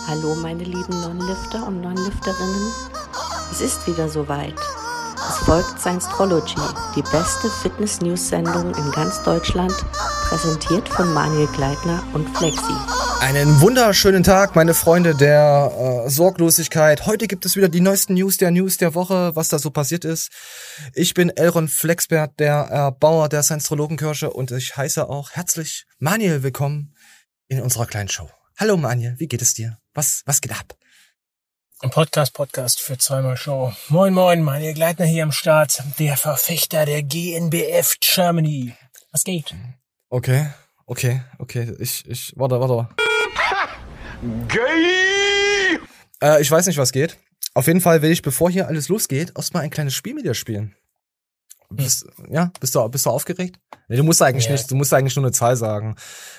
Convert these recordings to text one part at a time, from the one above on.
Hallo meine lieben Non-Lifter und Non-Lifterinnen, es ist wieder soweit. Es folgt Science-Trology, die beste Fitness-News-Sendung in ganz Deutschland, präsentiert von Manuel Gleitner und Flexi. Einen wunderschönen Tag, meine Freunde der Sorglosigkeit. Heute gibt es wieder die neuesten News der Woche, was da so passiert ist. Ich bin Elron Flexbert, der Erbauer der Science-Trologenkirche, und ich heiße auch herzlich Manuel willkommen in unserer kleinen Show. Hallo Manuel, wie geht es dir? Was geht ab? Ein Podcast für zweimal Show. Moin, Manuel Gleitner hier am Start, der Verfechter der GNBF Germany. Was geht? Okay. Ich warte. Gay! Ich weiß nicht, was geht. Auf jeden Fall will ich, bevor hier alles losgeht, erstmal ein kleines Spiel mit dir spielen. Bist du aufgeregt? Nee, du musst eigentlich nicht, du musst eigentlich nur eine Zahl sagen.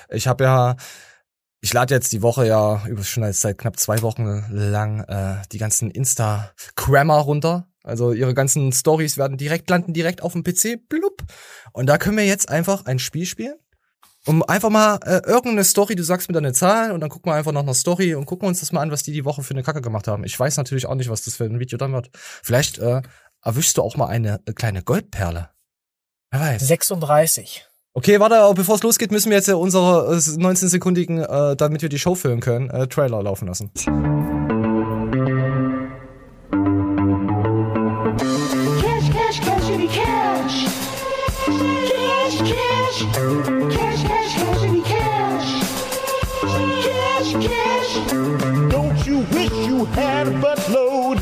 Ich lade jetzt die Woche schon seit knapp 2 Wochen lang die ganzen Instagrammer runter. Also ihre ganzen Stories landen direkt auf dem PC. Blub. Und da können wir jetzt einfach ein Spiel spielen. Um einfach mal irgendeine Story, du sagst mir dann eine Zahl und dann gucken wir einfach nach einer Story und gucken uns das mal an, was die Woche für eine Kacke gemacht haben. Ich weiß natürlich auch nicht, was das für ein Video dann wird. Vielleicht erwischst du auch mal eine kleine Goldperle. Wer weiß. 36. Okay, warte, aber bevor es losgeht, müssen wir jetzt unsere 19-sekündigen, damit wir die Show füllen können, Trailer laufen lassen. Don't you wish you had a buttload?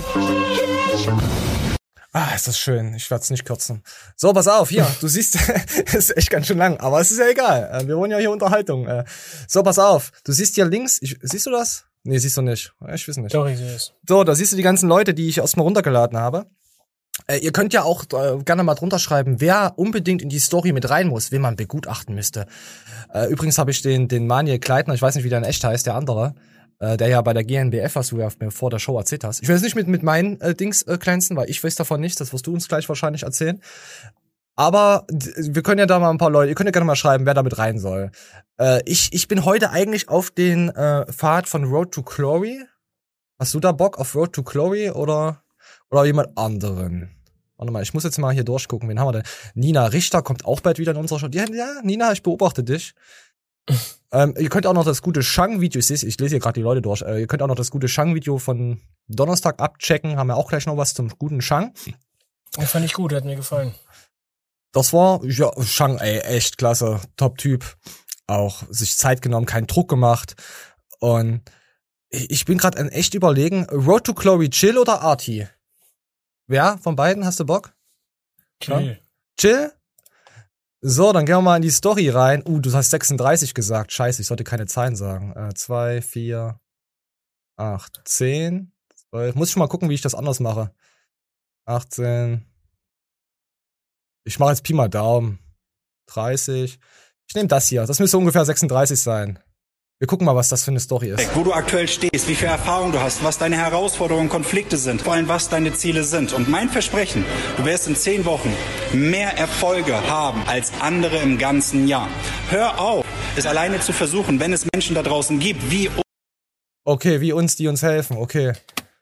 Ist das schön. Ich werde es nicht kürzen. So, pass auf, hier, du siehst, es ist echt ganz schön lang, aber es ist ja egal. Wir wollen ja hier Unterhaltung. So, pass auf, du siehst hier links, siehst du das? Nee, siehst du nicht. Ich weiß nicht. Doch, ich sehe es. So, da siehst du die ganzen Leute, die ich erstmal runtergeladen habe. Ihr könnt ja auch gerne mal drunter schreiben, wer unbedingt in die Story mit rein muss, wen man begutachten müsste. Übrigens habe ich den Manuel Gleitner, ich weiß nicht, wie der in echt heißt, der andere, der ja bei der GNBF, was du ja mir vor der Show erzählt hast. Ich will jetzt nicht mit meinen Dings glänzen, weil ich weiß davon nicht, das wirst du uns gleich wahrscheinlich erzählen. Aber wir können ja da mal ein paar Leute, ihr könnt ja gerne mal schreiben, wer da mit rein soll. Ich bin heute eigentlich auf den Pfad von Road to Glory. Hast du da Bock auf Road to Glory oder jemand anderen? Warte mal, ich muss jetzt mal hier durchgucken, wen haben wir denn? Nina Richter kommt auch bald wieder in unserer Show. Ja, Nina, ich beobachte dich. Ihr könnt auch noch das gute Shang-Video, ich lese hier gerade die Leute durch, ihr könnt auch noch das gute Shang-Video von Donnerstag abchecken, haben wir auch gleich noch was zum guten Shang. Das fand ich gut, hat mir gefallen. Das war, Shang, echt klasse, Top-Typ. Auch sich Zeit genommen, keinen Druck gemacht. Und ich bin gerade an echt überlegen, Road to Glory, Chill oder Arty? Wer von beiden, hast du Bock? Chill. Ja? Chill? So, dann gehen wir mal in die Story rein. Du hast 36 gesagt. Scheiße, ich sollte keine Zahlen sagen. 2, 4, 8, 10, 12. Muss ich mal gucken, wie ich das anders mache. 18. Ich mache jetzt Pi mal Daumen. 30. Ich nehme das hier. Das müsste ungefähr 36 sein. Wir gucken mal, was das für eine Story ist. Wo du aktuell stehst, wie viel Erfahrung du hast, was deine Herausforderungen und Konflikte sind, vor allem was deine Ziele sind. Und mein Versprechen, du wirst in 10 Wochen mehr Erfolge haben als andere im ganzen Jahr. Hör auf, es alleine zu versuchen, wenn es Menschen da draußen gibt, wie uns, die uns helfen, okay.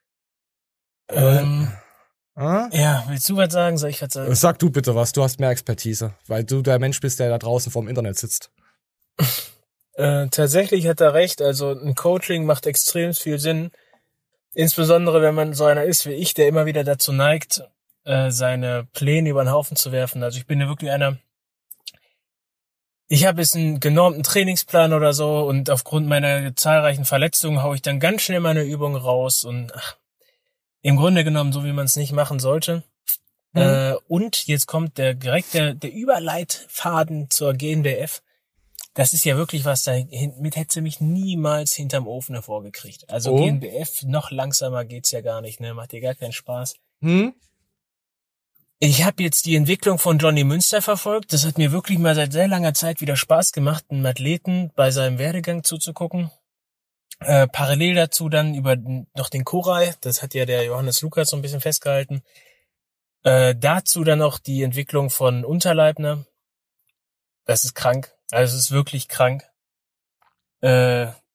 Ja, willst du was sagen? Soll ich was sagen? Sag du bitte was, du hast mehr Expertise, weil du der Mensch bist, der da draußen vorm Internet sitzt. Tatsächlich hat er recht, also ein Coaching macht extrem viel Sinn, insbesondere wenn man so einer ist wie ich, der immer wieder dazu neigt, seine Pläne über den Haufen zu werfen. Also ich bin ja wirklich ich habe jetzt einen genormten Trainingsplan oder so und aufgrund meiner zahlreichen Verletzungen haue ich dann ganz schnell meine Übungen raus und im Grunde genommen so, wie man es nicht machen sollte. Und jetzt kommt der Überleitfaden zur GNBF. Das ist ja wirklich was, damit hätte sie mich niemals hinterm Ofen hervorgekriegt. Also GNBF, noch langsamer geht's ja gar nicht, ne? Macht dir gar keinen Spaß. Ich habe jetzt die Entwicklung von Johnny Münster verfolgt. Das hat mir wirklich mal seit sehr langer Zeit wieder Spaß gemacht, einem Athleten bei seinem Werdegang zuzugucken. Parallel dazu dann über noch den Koray, das hat ja der Johannes Lukas so ein bisschen festgehalten. Dazu dann noch die Entwicklung von Unterleibner. Das ist krank. Also es ist wirklich krank.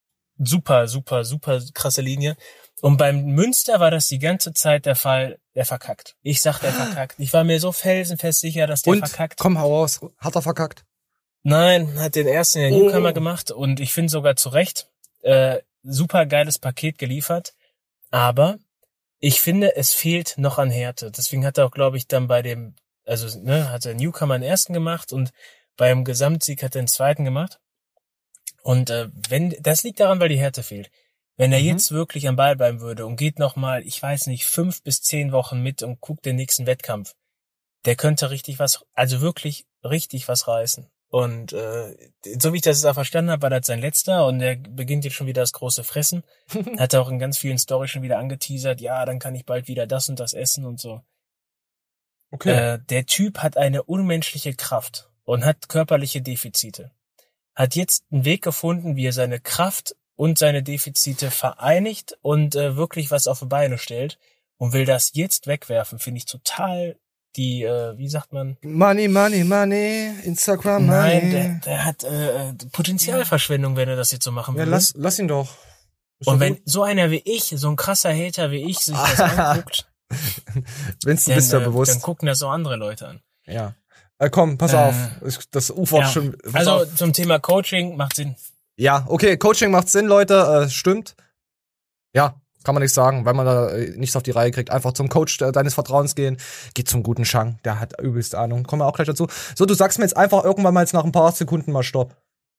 super, super, super krasse Linie. Und beim Münster war das die ganze Zeit der Fall, der verkackt. Ich sag, der verkackt. Ich war mir so felsenfest sicher, dass der verkackt. Komm, hau raus. Hat er verkackt? Nein, hat den ersten in der Newcomer gemacht und ich finde sogar zu Recht super geiles Paket geliefert. Aber ich finde, es fehlt noch an Härte. Deswegen hat er auch, glaube ich, dann bei dem, hat er Newcomer den ersten gemacht und beim Gesamtsieg hat er den zweiten gemacht. Und das liegt daran, weil die Härte fehlt. Wenn er jetzt wirklich am Ball bleiben würde und geht nochmal, ich weiß nicht, 5 bis 10 Wochen mit und guckt den nächsten Wettkampf, der könnte wirklich richtig was reißen. Und so wie ich das da verstanden habe, war das sein letzter und er beginnt jetzt schon wieder das große Fressen. Hat er auch in ganz vielen Storys schon wieder angeteasert, ja, dann kann ich bald wieder das und das essen und so. Okay. Der Typ hat eine unmenschliche Kraft und hat körperliche Defizite. Hat jetzt einen Weg gefunden, wie er seine Kraft und seine Defizite vereinigt und wirklich was auf die Beine stellt und will das jetzt wegwerfen, finde ich total wie sagt man? Money, Instagram Money. Nein, der hat Potenzialverschwendung, wenn er das jetzt so machen will. Ja, lass ihn doch. Und wenn so einer wie ich, so ein krasser Hater wie ich, sich das anguckt, bist du bewusst. Dann gucken das auch andere Leute an. Ja. Komm, pass auf. Das ufert schon. Also zum Thema Coaching macht Sinn. Ja, okay, Coaching macht Sinn, Leute, stimmt. Ja, kann man nicht sagen, weil man da nichts auf die Reihe kriegt. Einfach zum Coach deines Vertrauens gehen. Geht zum guten Shang, der hat übelste Ahnung. Kommen wir auch gleich dazu. So, du sagst mir jetzt einfach irgendwann mal jetzt nach ein paar Sekunden mal Stopp.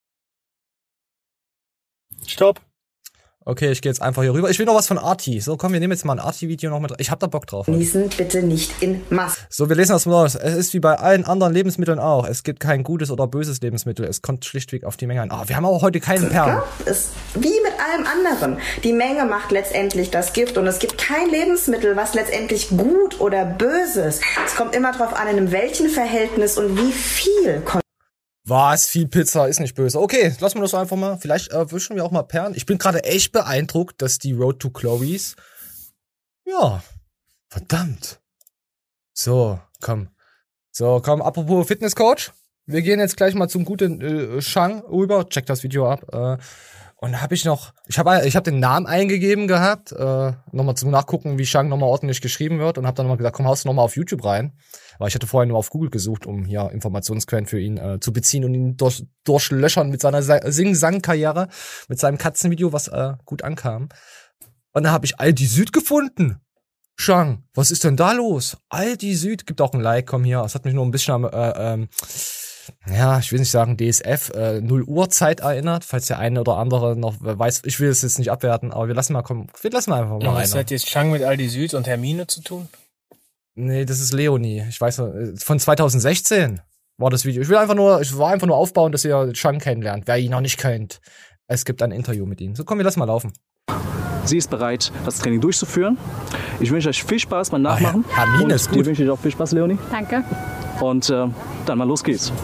Stopp. Okay, ich gehe jetzt einfach hier rüber. Ich will noch was von Arti. So, komm, wir nehmen jetzt mal ein Arti-Video noch mit. Ich hab da Bock drauf. Genießen bitte nicht in Massen. So, wir lesen das mal aus. Es ist wie bei allen anderen Lebensmitteln auch. Es gibt kein gutes oder böses Lebensmittel. Es kommt schlichtweg auf die Menge an. Wir haben auch heute keinen Perlen. Ist wie mit allem anderen. Die Menge macht letztendlich das Gift und es gibt kein Lebensmittel, was letztendlich gut oder böse ist. Es kommt immer drauf an, in welchem Verhältnis und wie viel. Was? Viel Pizza ist nicht böse. Okay, lassen wir das einfach mal. Vielleicht wischen wir auch mal Perlen. Ich bin gerade echt beeindruckt, dass die Road to Glories. Ja, verdammt. So, komm. Apropos Fitnesscoach. Wir gehen jetzt gleich mal zum guten Shang rüber. Check das Video ab. Und da habe ich hab den Namen eingegeben gehabt. Nochmal zum Nachgucken, wie Shang nochmal ordentlich geschrieben wird. Und habe dann nochmal gesagt, komm, haust du nochmal auf YouTube rein. Weil ich hatte vorher nur auf Google gesucht, um hier Informationsquellen für ihn zu beziehen und ihn durchlöchern mit seiner Sing-Sang-Karriere, mit seinem Katzenvideo, was gut ankam. Und da habe ich Aldi Süd gefunden. Shang, was ist denn da los? Aldi Süd, gibt auch ein Like, komm hier. Es hat mich nur ein bisschen am, ich will nicht sagen DSF, 0 Uhr Zeit erinnert, falls der eine oder andere noch weiß. Ich will es jetzt nicht abwerten, aber wir lassen einfach mal rein. Was hat jetzt Shang mit Aldi Süd und Hermine zu tun? Nee, das ist Leonie. Ich weiß, von 2016 war das Video. Ich war einfach nur aufbauen, dass ihr Shang kennenlernt. Wer ihn noch nicht kennt. Es gibt ein Interview mit ihm. So, komm, wir lassen mal laufen. Sie ist bereit, das Training durchzuführen. Ich wünsche euch viel Spaß beim Nachmachen. Hermine ist gut. Dir wünsche ich auch viel Spaß, Leonie. Danke. Und dann mal los geht's.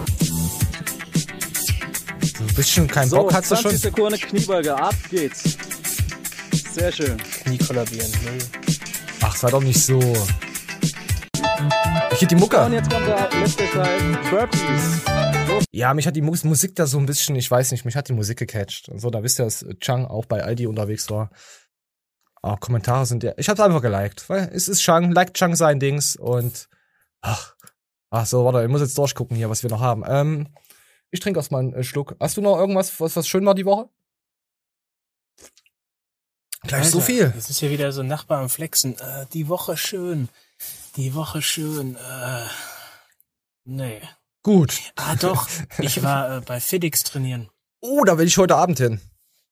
So ein bisschen kein Bock hast du schon. 20 Sekunden Kniebeuge, ab geht's. Sehr schön. Knie kollabieren. Ach, sei doch nicht so. Ich hätte die Mucke. Und jetzt kommt der letzte Teil. Burpees. Ja, mich hat die Musik da so ein bisschen, ich weiß nicht, mich hat die Musik gecatcht. Und so, da wisst ihr, dass Shang auch bei Aldi unterwegs war. Kommentare sind ja, ich hab's einfach geliked, weil es ist Shang, liked Shang sein Dings und ach so, warte, ich muss jetzt durchgucken hier, was wir noch haben. Ich trinke erstmal einen Schluck. Hast du noch irgendwas, was schön war die Woche? Gleich Alter, so viel. Das ist ja wieder so ein Nachbar am Flexen. Die Woche schön. Nee. Gut. Doch. Ich war bei FedEx trainieren. Oh, da will ich heute Abend hin.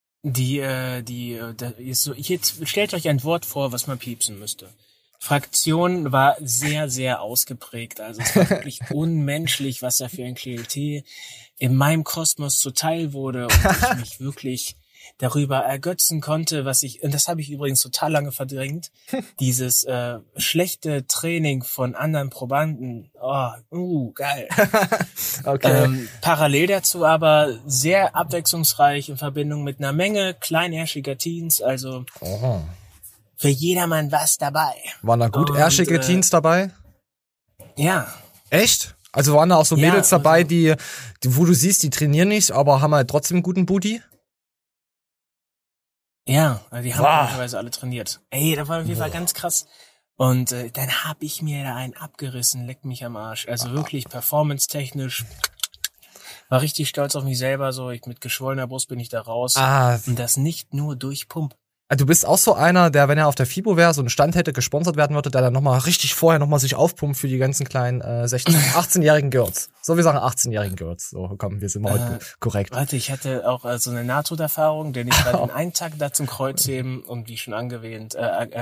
Jetzt stellt euch ein Wort vor, was man piepsen müsste. Fraktion war sehr, sehr ausgeprägt. Also es war wirklich unmenschlich, was da für ein Klientel in meinem Kosmos zuteil wurde und ich mich wirklich darüber ergötzen konnte, und das habe ich übrigens total lange verdrängt, dieses schlechte Training von anderen Probanden. Geil. Okay. Parallel dazu aber sehr abwechslungsreich in Verbindung mit einer Menge kleinerschiger Teens, also für jedermann was dabei. Waren da gut ärschige Teens dabei? Ja. Echt? Also waren da auch so Mädels dabei, die, wo du siehst, die trainieren nicht, aber haben halt trotzdem einen guten Booty? Ja, die haben teilweise alle trainiert. Ey, das war auf jeden Fall ganz krass. Und dann hab ich mir da einen abgerissen, leck mich am Arsch. Also wirklich performance-technisch. War richtig stolz auf mich selber, so mit geschwollener Brust bin ich da raus. Und das nicht nur durch Pump. Du bist auch so einer, der, wenn er auf der FIBO wäre, so einen Stand hätte, gesponsert werden würde, der dann nochmal richtig vorher nochmal sich aufpumpt für die ganzen kleinen 18-jährigen Girls. So, wir sagen 18-jährigen Girls. So, komm, wir sind mal heute korrekt. Warte, ich hatte auch so eine Nahtoderfahrung, denn ich war den einen Tag da zum Kreuzheben und wie schon erwähnt,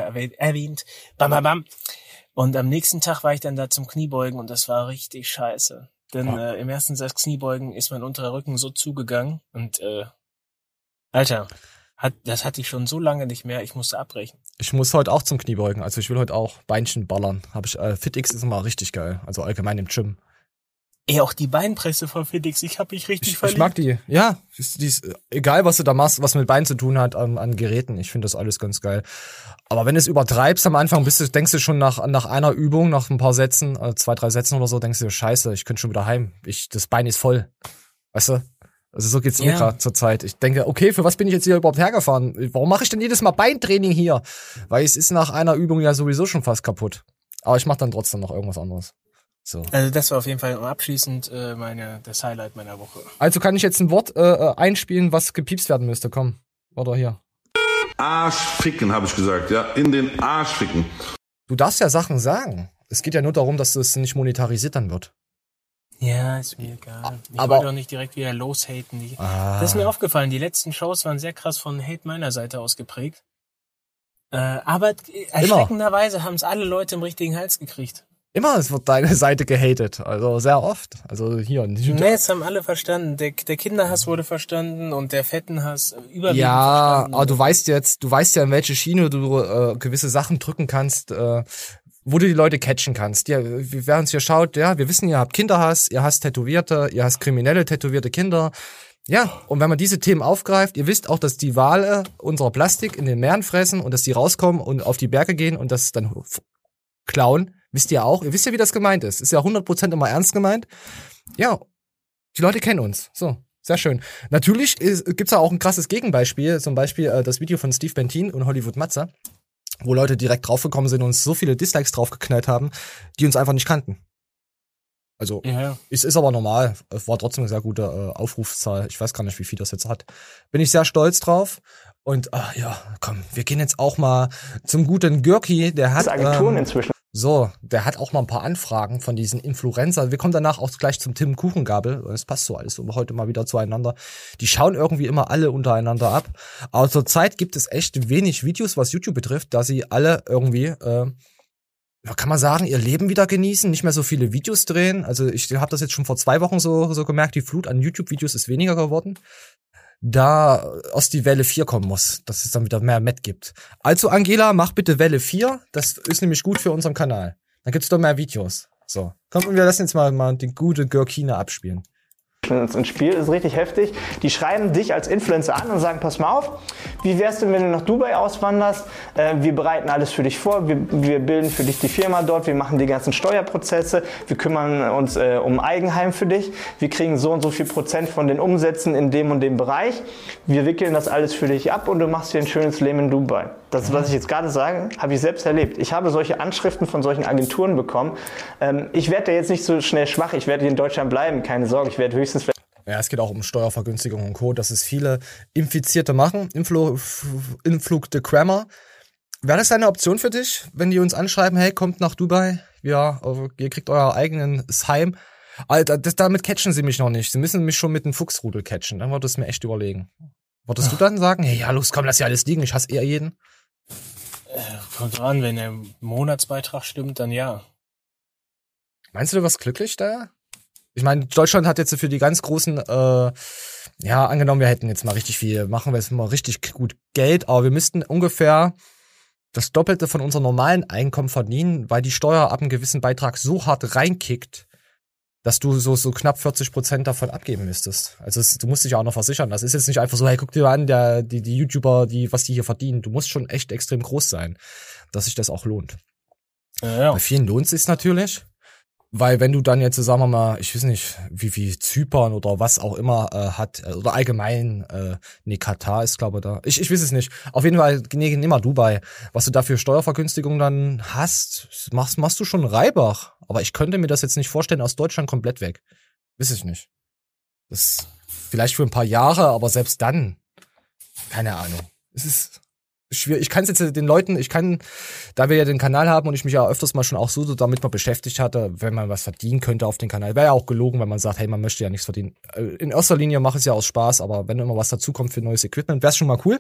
bam, bam, bam. Und am nächsten Tag war ich dann da zum Kniebeugen und das war richtig scheiße. Denn im ersten Satz Kniebeugen ist mein unterer Rücken so zugegangen und Alter, das hatte ich schon so lange nicht mehr, ich musste abbrechen. Ich muss heute auch zum Kniebeugen, also ich will heute auch Beinchen ballern. FitX ist immer richtig geil, also allgemein im Gym. Ey, auch die Beinpresse von FitX, ich hab mich richtig verliebt. Ich mag die, ja, die ist, egal was du da machst, was mit Beinen zu tun hat, an Geräten, ich finde das alles ganz geil. Aber wenn du es übertreibst am Anfang, denkst du schon nach einer Übung, nach ein paar Sätzen, 2, 3 Sätzen oder so, denkst du, scheiße, ich könnte schon wieder heim, das Bein ist voll, weißt du? Also so geht's mir gerade zur Zeit. Ich denke, okay, für was bin ich jetzt hier überhaupt hergefahren? Warum mache ich denn jedes Mal Beintraining hier? Weil es ist nach einer Übung ja sowieso schon fast kaputt. Aber ich mache dann trotzdem noch irgendwas anderes. So. Also das war auf jeden Fall abschließend das Highlight meiner Woche. Also kann ich jetzt ein Wort einspielen, was gepiepst werden müsste. Komm, oder hier. Arsch ficken, habe ich gesagt, ja. In den Arsch ficken. Du darfst ja Sachen sagen. Es geht ja nur darum, dass es nicht monetarisiert dann wird. Ja, ist mir egal. Ich aber wollte doch nicht direkt wieder loshaten. Das ist mir aufgefallen. Die letzten Shows waren sehr krass von Hate meiner Seite aus geprägt. Aber erschreckenderweise haben es alle Leute im richtigen Hals gekriegt. Immer, es wird deine Seite gehatet. Also sehr oft. Also hier. Nee, es haben alle verstanden. Der Kinderhass wurde verstanden und der Fettenhass überwiegend verstanden. Ja, aber du weißt ja, in welche Schiene du gewisse Sachen drücken kannst, wo du die Leute catchen kannst. Ja, wer uns hier schaut, ja, wir wissen, ihr habt Kinderhass, ihr hasst Tätowierte, ihr hasst kriminelle tätowierte Kinder. Ja, und wenn man diese Themen aufgreift, ihr wisst auch, dass die Wale unserer Plastik in den Meeren fressen und dass die rauskommen und auf die Berge gehen und das dann klauen. Wisst ihr auch? Ihr wisst ja, wie das gemeint ist. Ist ja 100% immer ernst gemeint. Ja, die Leute kennen uns. So, sehr schön. Natürlich gibt's da auch ein krasses Gegenbeispiel. Zum Beispiel das Video von Steve Bentin und Hollywood Matze, wo Leute direkt draufgekommen sind und uns so viele Dislikes draufgeknallt haben, die uns einfach nicht kannten. Also, es ist aber normal. Es war trotzdem eine sehr gute Aufrufszahl. Ich weiß gar nicht, wie viel das jetzt hat. Bin ich sehr stolz drauf. Und, komm, wir gehen jetzt auch mal zum guten Görki. Der hat Agenturen inzwischen. So, der hat auch mal ein paar Anfragen von diesen Influencer. Wir kommen danach auch gleich zum Tim Kuchengabel. Es passt so alles heute mal wieder zueinander. Die schauen irgendwie immer alle untereinander ab. Aber zurzeit gibt es echt wenig Videos, was YouTube betrifft, da sie alle irgendwie, kann man sagen, ihr Leben wieder genießen, nicht mehr so viele Videos drehen. Also ich habe das jetzt schon vor 2 Wochen so gemerkt, die Flut an YouTube-Videos ist weniger geworden. Da aus die Welle 4 kommen muss, dass es dann wieder mehr Met gibt. Also Angela, mach bitte Welle 4, das ist nämlich gut für unseren Kanal. Dann gibt's doch mehr Videos. So, kommt und wir lassen jetzt mal den gute Görkine abspielen. Ins Spiel, das ist richtig heftig. Die schreiben dich als Influencer an und sagen, pass mal auf, wie wär's denn, wenn du nach Dubai auswanderst? Wir bereiten alles für dich vor, wir bilden für dich die Firma dort, wir machen die ganzen Steuerprozesse, wir kümmern uns um Eigenheim für dich, wir kriegen so und so viel Prozent von den Umsätzen in dem und dem Bereich, wir wickeln das alles für dich ab und du machst dir ein schönes Leben in Dubai. Das, was ich jetzt gerade sage, habe ich selbst erlebt. Ich habe solche Anschriften von solchen Agenturen bekommen. Ich werde jetzt nicht so schnell schwach, ich werde hier in Deutschland bleiben, keine Sorge, ich werde höchstens... Ja, es geht auch um Steuervergünstigung und Co., dass es viele Infizierte machen. Influg de Grammar. Wäre das eine Option für dich, wenn die uns anschreiben, hey, kommt nach Dubai, ja, ihr kriegt euer eigenes Heim. Alter, damit catchen sie mich noch nicht. Sie müssen mich schon mit einem Fuchsrudel catchen. Dann würdest du mir echt überlegen. Würdest du dann sagen, hey, ja, los, komm, lass ja alles liegen, ich hasse eher jeden? Kommt dran, wenn der Monatsbeitrag stimmt, dann ja. Meinst du wirst glücklich da? Ich meine, Deutschland hat jetzt für die ganz großen, angenommen, wir hätten jetzt mal richtig viel, machen wir jetzt mal richtig gut Geld, aber wir müssten ungefähr das Doppelte von unserem normalen Einkommen verdienen, weil die Steuer ab einem gewissen Beitrag so hart reinkickt, dass du so knapp 40% davon abgeben müsstest. Also du musst dich ja auch noch versichern. Das ist jetzt nicht einfach so, hey, guck dir an, die YouTuber, was die hier verdienen. Du musst schon echt extrem groß sein, dass sich das auch lohnt. Ja. Bei vielen lohnt es sich natürlich. Weil wenn du dann jetzt, sagen wir mal, ich weiß nicht, wie Zypern oder was auch immer hat, oder allgemein, Katar ist, glaube ich, da. Ich weiß es nicht. Auf jeden Fall, nimm mal Dubai. Was du da für Steuervergünstigung dann hast, machst du schon Reibach. Aber ich könnte mir das jetzt nicht vorstellen, aus Deutschland komplett weg. Weiß ich nicht. Das vielleicht für ein paar Jahre, aber selbst dann, keine Ahnung. Es ist schwierig. Ich kann es jetzt den Leuten, da wir ja den Kanal haben und ich mich ja öfters mal schon auch so damit mal beschäftigt hatte, wenn man was verdienen könnte auf den Kanal. Wäre ja auch gelogen, wenn man sagt, hey, man möchte ja nichts verdienen. In erster Linie mache ich es ja aus Spaß, aber wenn immer was dazukommt für neues Equipment, wäre es schon mal cool.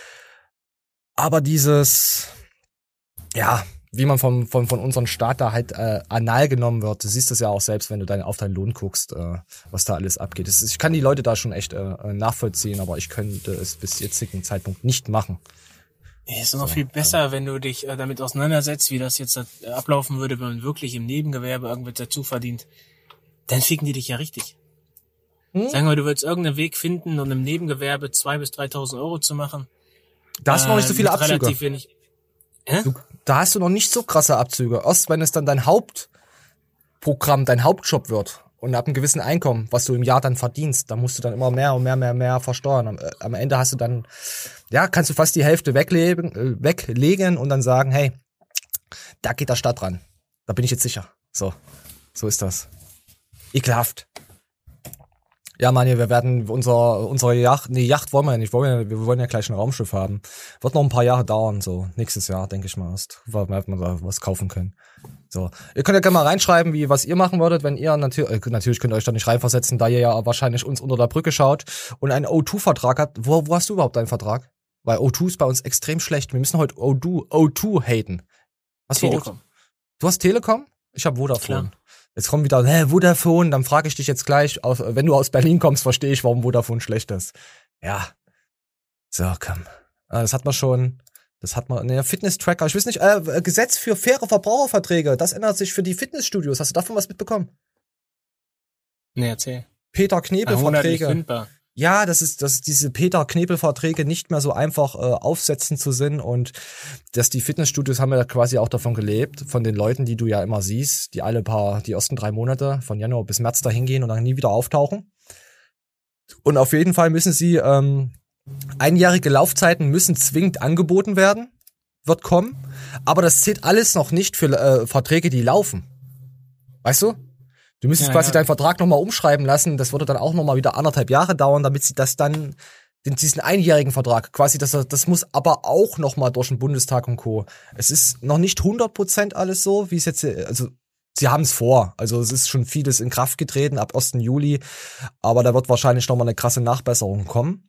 Aber dieses, ja, wie man von unserem Staat da halt anal genommen wird, du siehst das ja auch selbst, wenn du auf deinen Lohn guckst, was da alles abgeht. Ich kann die Leute da schon echt nachvollziehen, aber ich könnte es bis jetzigen Zeitpunkt nicht machen. Es ist noch viel besser, wenn du dich damit auseinandersetzt, wie das jetzt ablaufen würde, wenn man wirklich im Nebengewerbe irgendwas dazu verdient. Dann ficken die dich ja richtig. Sagen wir, du würdest irgendeinen Weg finden, um im Nebengewerbe 2.000 bis 3.000 Euro zu machen. Da hast du noch nicht so viele Abzüge. Relativ wenig. Da hast du noch nicht so krasse Abzüge. Erst wenn es dann dein Hauptprogramm, dein Hauptjob wird und ab einem gewissen Einkommen, was du im Jahr dann verdienst, da musst du dann immer mehr und mehr versteuern. Am Ende hast du dann, ja, kannst du fast die Hälfte weglegen und dann sagen, hey, da geht der Staat dran. Da bin ich jetzt sicher. So ist das. Ekelhaft. Ja, Manje, wir werden unsere Yacht wollen wir ja nicht, wir wollen ja gleich ein Raumschiff haben. Wird noch ein paar Jahre dauern, so nächstes Jahr, denke ich mal, erst, weil wir da was kaufen können. So, ihr könnt ja gerne mal reinschreiben, was ihr machen würdet, wenn ihr natürlich könnt ihr euch da nicht reinversetzen, da ihr ja wahrscheinlich uns unter der Brücke schaut und einen O2-Vertrag habt. Wo hast du überhaupt deinen Vertrag? Weil O2 ist bei uns extrem schlecht. Wir müssen heute O2 haten. Hast du Telekom? Du hast Telekom? Ich habe Vodafone. Klar. Jetzt kommt wieder, Vodafone, dann frage ich dich jetzt gleich, wenn du aus Berlin kommst, verstehe ich, warum Vodafone schlecht ist. Ja. So, komm. Das hat man, Fitness-Tracker, ich weiß nicht, Gesetz für faire Verbraucherverträge, das ändert sich für die Fitnessstudios. Hast du davon was mitbekommen? Nee, erzähl. Peter Knebel-Verträge. Ja, das ist diese Peter Knebel-Verträge nicht mehr so einfach aufsetzen zu sind und dass die Fitnessstudios haben ja quasi auch davon gelebt, von den Leuten, die du ja immer siehst, die die ersten 3 Monate von Januar bis März dahin gehen und dann nie wieder auftauchen. Und auf jeden Fall müssen sie, einjährige Laufzeiten müssen zwingend angeboten werden, wird kommen, aber das zählt alles noch nicht für Verträge, die laufen. Weißt du? Du müsstest quasi deinen Vertrag nochmal umschreiben lassen. Das würde dann auch nochmal wieder 1,5 Jahre dauern, damit sie das dann, diesen einjährigen Vertrag, quasi, das muss aber auch nochmal durch den Bundestag und Co. Es ist noch nicht 100% alles so, wie es jetzt, also, sie haben es vor. Also, es ist schon vieles in Kraft getreten ab 1. Juli. Aber da wird wahrscheinlich nochmal eine krasse Nachbesserung kommen.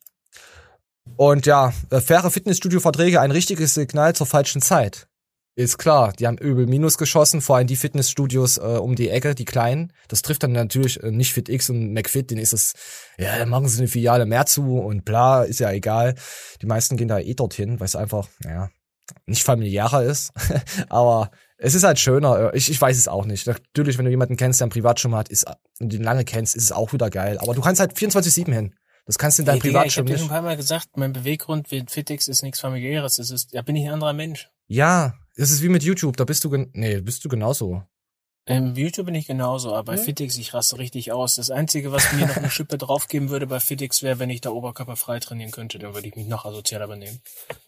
Und ja, faire Fitnessstudio-Verträge, ein richtiges Signal zur falschen Zeit. Ist klar, die haben übel Minus geschossen, vor allem die Fitnessstudios um die Ecke, die kleinen. Das trifft dann natürlich nicht FitX und McFit, denen ist es, ja, dann machen sie eine Filiale mehr zu und bla, ist ja egal. Die meisten gehen da dorthin, weil es einfach, ja, nicht familiärer ist. Aber es ist halt schöner, ich weiß es auch nicht. Natürlich, wenn du jemanden kennst, der ein Privatschwimmer hat, und den lange kennst, ist es auch wieder geil. Aber du kannst halt 24/7 hin. Das kannst du in deinem Privatschwimmen nicht. Ich hab dir schon ein paar Mal gesagt, mein Beweggrund wie FitX ist nichts Familiäres. Da bin ich ein anderer Mensch. Ja, das ist wie mit YouTube, da bist du genauso. YouTube bin ich genauso, aber bei FitX, ich raste richtig aus. Das Einzige, was mir noch eine Schippe draufgeben würde bei FitX, wäre, wenn ich da oberkörperfrei trainieren könnte, dann würde ich mich noch asozialer benehmen.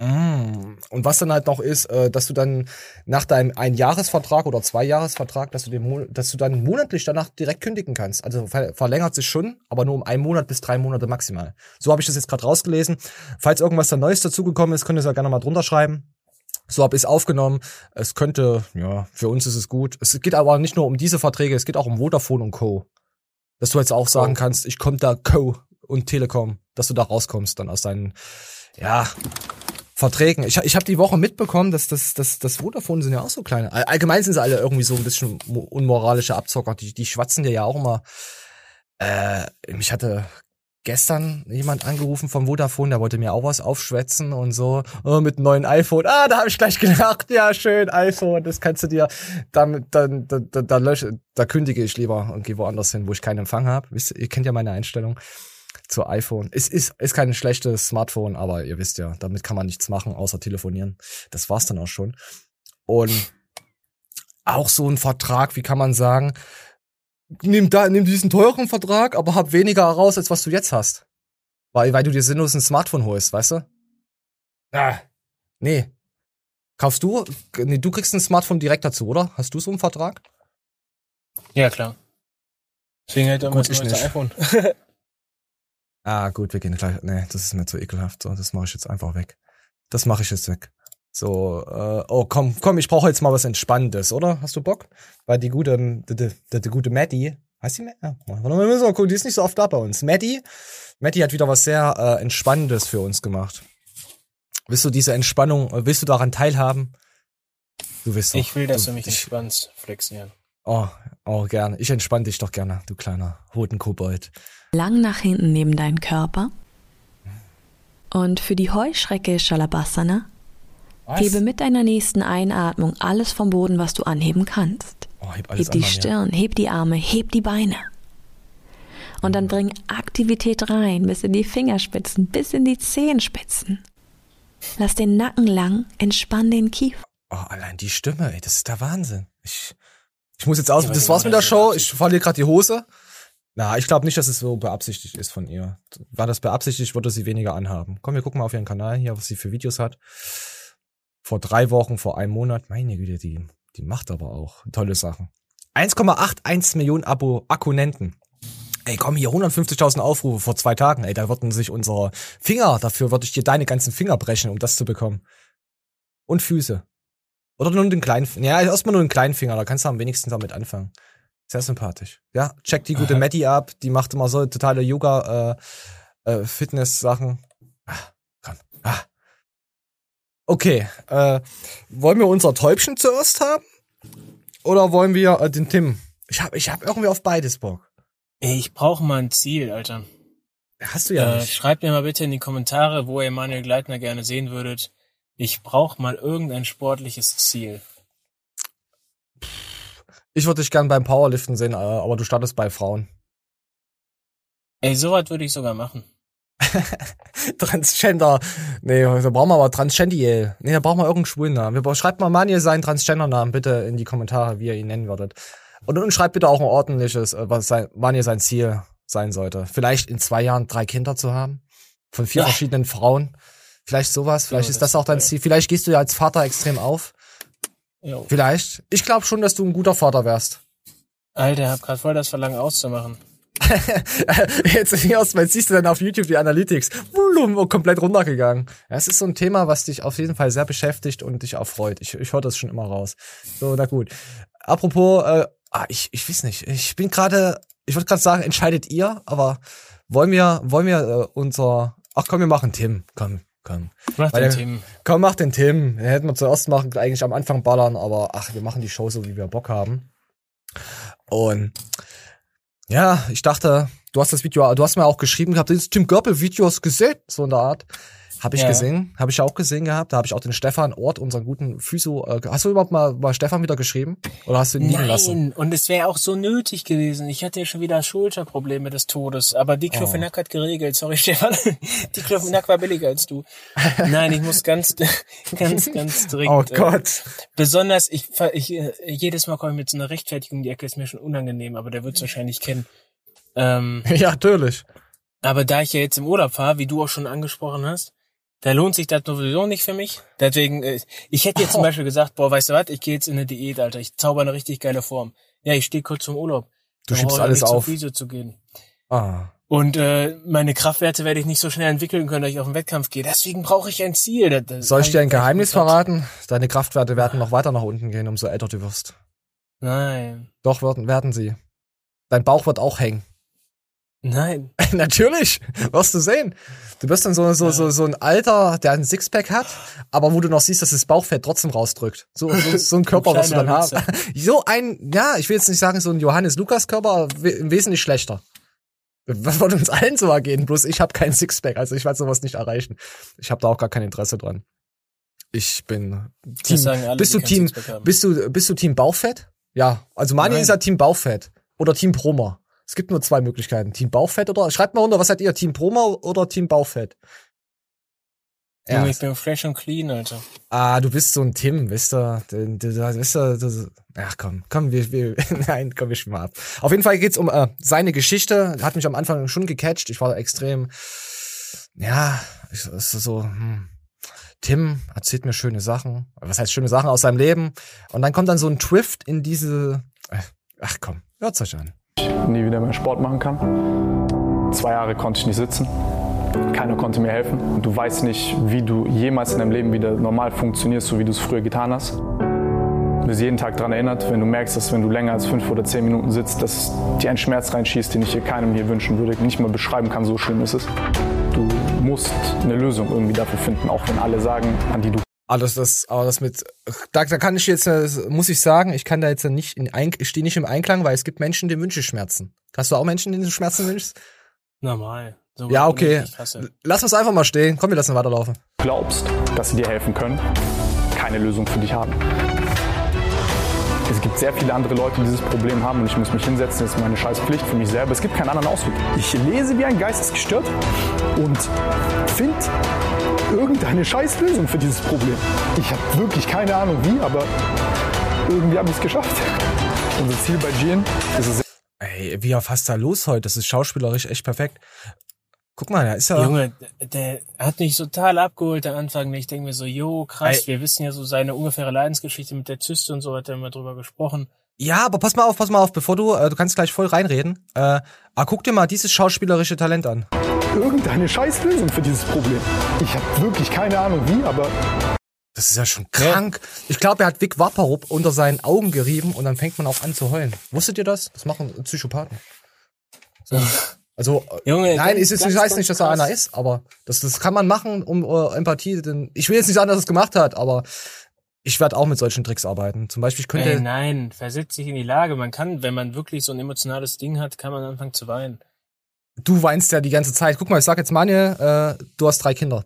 Und was dann halt noch ist, dass du dann nach deinem Einjahresvertrag oder 2-Jahresvertrag, dass du dann monatlich danach direkt kündigen kannst. Also verlängert sich schon, aber nur um 1 Monat bis 3 Monate maximal. So habe ich das jetzt gerade rausgelesen. Falls irgendwas da Neues dazugekommen ist, könnt ihr es ja gerne mal drunter schreiben. So habe ich es aufgenommen. Es könnte, ja, für uns ist es gut. Es geht aber nicht nur um diese Verträge, es geht auch um Vodafone und Co. Dass du jetzt auch sagen kannst, ich komme da Co. und Telekom, dass du da rauskommst dann aus deinen, ja, Verträgen. Ich habe die Woche mitbekommen, dass das Vodafone sind ja auch so kleine. Allgemein sind sie alle irgendwie so ein bisschen unmoralische Abzocker. Die schwatzen dir ja auch immer. Mich hatte gestern jemand angerufen vom Vodafone, der wollte mir auch was aufschwätzen und so, mit einem neuen iPhone. Da habe ich gleich gedacht, ja, schön, iPhone, das kannst du dir, da kündige ich lieber und gehe woanders hin, wo ich keinen Empfang habe. Ihr kennt ja meine Einstellung zu iPhone. Es ist kein schlechtes Smartphone, aber ihr wisst ja, damit kann man nichts machen, außer telefonieren. Das war's dann auch schon. Und auch so ein Vertrag, wie kann man sagen, nimm diesen teuren Vertrag, aber hab weniger raus, als was du jetzt hast. Weil du dir sinnlos ein Smartphone holst, weißt du? Nee. Kaufst du? Nee, du kriegst ein Smartphone direkt dazu, oder? Hast du so einen Vertrag? Ja, klar. Deswegen halt damals Gut, ich das nicht. iPhone. Gut, wir gehen gleich. Nee, das ist mir zu ekelhaft. So, das mache ich jetzt einfach weg. Das mache ich jetzt weg. So, komm, ich brauche jetzt mal was Entspannendes, oder? Hast du Bock? Weil die gute Maddie, heißt die Maddie? Ja, wir müssen mal gucken, die ist nicht so oft da bei uns. Maddie hat wieder was sehr Entspannendes für uns gemacht. Willst du diese Entspannung, willst du daran teilhaben? Du willst doch. Ich will, dass du mich entspannst, Flexian. Oh, gerne. Ich entspann dich doch gerne, du kleiner Hodenkobold. Lang nach hinten neben deinen Körper. Und für die Heuschrecke Shalabhasana hebe mit deiner nächsten Einatmung alles vom Boden, was du anheben kannst. Heb die Stirn, heb die Arme, heb die Beine. Und dann bring Aktivität rein, bis in die Fingerspitzen, bis in die Zehenspitzen. Lass den Nacken lang, entspann den Kiefer. Allein die Stimme, ey, das ist der Wahnsinn. Ich muss jetzt aus, das war's mit der Show, ich verliere gerade die Hose. Ich glaube nicht, dass es so beabsichtigt ist von ihr. War das beabsichtigt, würde sie weniger anhaben. Komm, wir gucken mal auf ihren Kanal hier, was sie für Videos hat. Vor 3 Wochen, vor einem Monat. Meine Güte, die macht aber auch tolle Sachen. 1,81 Millionen Abonnenten. Ey, komm hier, 150.000 Aufrufe vor 2 Tagen. Ey, da würden sich unsere Finger, dafür würde ich dir deine ganzen Finger brechen, um das zu bekommen. Und Füße. Oder nur den kleinen Finger. Ja, erstmal nur den kleinen Finger, da kannst du am wenigsten damit anfangen. Sehr sympathisch. Ja, check die gute Maddie ab, die macht immer so totale Yoga-Fitness-Sachen. Komm. Okay, wollen wir unser Täubchen zuerst haben? Oder wollen wir den Tim? Ich hab irgendwie auf beides Bock. Ey, ich brauche mal ein Ziel, Alter. Hast du ja nicht. Schreibt mir mal bitte in die Kommentare, wo ihr Manuel Gleitner gerne sehen würdet. Ich brauche mal irgendein sportliches Ziel. Ich würde dich gern beim Powerliften sehen, aber du startest bei Frauen. Ey, sowas würde ich sogar machen. Transgender. Nee, da brauchen wir aber Transgendiel. Nee, da brauchen wir irgendeinen schwulen Namen. Schreibt mal Manuel seinen Transgender-Namen bitte in die Kommentare, wie ihr ihn nennen würdet. Und schreibt bitte auch ein ordentliches, was Manuel sein Ziel sein sollte. Vielleicht in 2 Jahren 3 Kinder zu haben. Von 4 verschiedenen Frauen. Vielleicht sowas. Vielleicht ist das auch dein Ziel. Vielleicht gehst du ja als Vater extrem auf. Jo. Vielleicht. Ich glaube schon, dass du ein guter Vater wärst. Alter, hab grad voll das Verlangen auszumachen. Jetzt siehst du dann auf YouTube die Analytics. Komplett runtergegangen. Ja, es ist so ein Thema, was dich auf jeden Fall sehr beschäftigt und dich auch freut. Ich höre das schon immer raus. So, na gut. Apropos, ich weiß nicht. Ich würde gerade sagen, entscheidet ihr, aber wollen wir wir machen Tim. Komm. Mach den Tim. Komm, mach den Tim. Den hätten wir zuerst machen, eigentlich am Anfang ballern, aber wir machen die Show so, wie wir Bock haben. Und ja, ich dachte, du hast mir auch geschrieben gehabt, dieses Tim Görpel-Video hast du gesehen, so in der Art. Habe ich gesehen, habe ich auch gesehen gehabt. Da habe ich auch den Stefan Ort, unseren guten Physio. Hast du überhaupt mal Stefan wieder geschrieben? Oder hast du ihn liegen lassen? Nein, und es wäre auch so nötig gewesen. Ich hatte ja schon wieder Schulterprobleme des Todes, aber Diclofenac hat geregelt. Sorry, Stefan. Diclofenac war billiger als du. Nein, ich muss ganz dringend. Oh Gott. Besonders, ich jedes Mal komme ich mit so einer Rechtfertigung, die Ecke ist mir schon unangenehm, aber der wird es wahrscheinlich kennen. Ja, natürlich. Aber da ich ja jetzt im Urlaub fahre, wie du auch schon angesprochen hast, da lohnt sich das sowieso nicht für mich. Deswegen, ich hätte jetzt zum Beispiel gesagt, weißt du was, ich gehe jetzt in eine Diät, Alter. Ich zauber eine richtig geile Form. Ja, ich stehe kurz zum Urlaub. Du schiebst alles auf. Zum Physio zu gehen. Und meine Kraftwerte werde ich nicht so schnell entwickeln können, dass ich auf den Wettkampf gehe. Deswegen brauche ich ein Ziel. Soll ich dir ein Geheimnis verraten? Deine Kraftwerte werden noch weiter nach unten gehen, umso älter du wirst. Nein. Doch, werden sie. Dein Bauch wird auch hängen. Nein. Natürlich, wirst du sehen. Du wirst dann so ein Alter, der einen Sixpack hat, aber wo du noch siehst, dass das Bauchfett trotzdem rausdrückt. So ein Körper wirst du dann haben. Ich will jetzt nicht sagen, so ein Johannes-Lukas-Körper, aber im Wesentlichen schlechter. Was würde uns allen so ergehen? Bloß ich habe keinen Sixpack, also ich werde sowas nicht erreichen. Ich habe da auch gar kein Interesse dran. Ich bin Team. Bist du Team Bauchfett? Ja, also Mani ist ja Team Bauchfett oder Team Proma. Es gibt nur 2 Möglichkeiten. Team Bauchfett oder, schreibt mal runter, was seid ihr? Team Proma oder Team Bauchfett? Ja. Ich bin fresh und clean, Alter. Du bist so ein Tim, wisst ihr? Ach komm, nein, komm, wir spielen mal ab. Auf jeden Fall geht's um seine Geschichte. Hat mich am Anfang schon gecatcht. Ich war extrem, Tim erzählt mir schöne Sachen. Was heißt schöne Sachen aus seinem Leben? Und dann kommt dann so ein Twift in diese, ach komm, hört's euch an. Nie wieder mehr Sport machen kann. 2 Jahre konnte ich nicht sitzen. Keiner konnte mir helfen. Und du weißt nicht, wie du jemals in deinem Leben wieder normal funktionierst, so wie du es früher getan hast. Du bist jeden Tag daran erinnert, wenn du merkst, dass wenn du länger als 5 oder 10 Minuten sitzt, dass dir ein Schmerz reinschießt, den ich hier keinem hier wünschen würde, nicht mal beschreiben kann, so schlimm ist es. Du musst eine Lösung irgendwie dafür finden, auch wenn alle sagen, an die du... Da kann ich jetzt, muss ich sagen, ich kann da jetzt nicht ich stehe nicht im Einklang, weil es gibt Menschen, denen wünsche ich Schmerzen. Hast du auch Menschen, denen du Schmerzen wünschst? Normal. So ja, okay. Lass uns einfach mal stehen. Komm, wir lassen weiterlaufen. Glaubst, dass sie dir helfen können, keine Lösung für dich haben. Es gibt sehr viele andere Leute, die dieses Problem haben und ich muss mich hinsetzen, das ist meine scheiß Pflicht für mich selber. Es gibt keinen anderen Ausweg. Ich lese wie ein Geistesgestört und finde irgendeine scheiß Lösung für dieses Problem. Ich habe wirklich keine Ahnung wie, aber irgendwie habe ich es geschafft. Unser Ziel bei Gian ist es... Ey, wie fasst da los heute? Das ist schauspielerisch echt perfekt. Guck mal, da ist ja... Junge, der hat mich total abgeholt am Anfang. Ich denke mir so, krass, wir wissen ja so seine ungefähre Leidensgeschichte mit der Zyste und so, hat er mal drüber gesprochen. Ja, aber pass mal auf, bevor du kannst gleich voll reinreden. Guck dir mal dieses schauspielerische Talent an. Irgendeine scheiß Lösung für dieses Problem. Ich habe wirklich keine Ahnung wie, aber... Das ist ja schon krank. Ja. Ich glaube, er hat Vic Vaporub unter seinen Augen gerieben und dann fängt man auch an zu heulen. Wusstet ihr das? Das machen Psychopathen. So. Also, Junge, nein, ich weiß nicht, dass er einer ist, aber das kann man machen, um Empathie, denn ich will jetzt nicht sagen, dass er es gemacht hat, aber ich werde auch mit solchen Tricks arbeiten. Zum Beispiel, ich könnte... Nein, versetz dich in die Lage. Man kann, wenn man wirklich so ein emotionales Ding hat, kann man anfangen zu weinen. Du weinst ja die ganze Zeit. Guck mal, ich sag jetzt Manje, du hast 3 Kinder.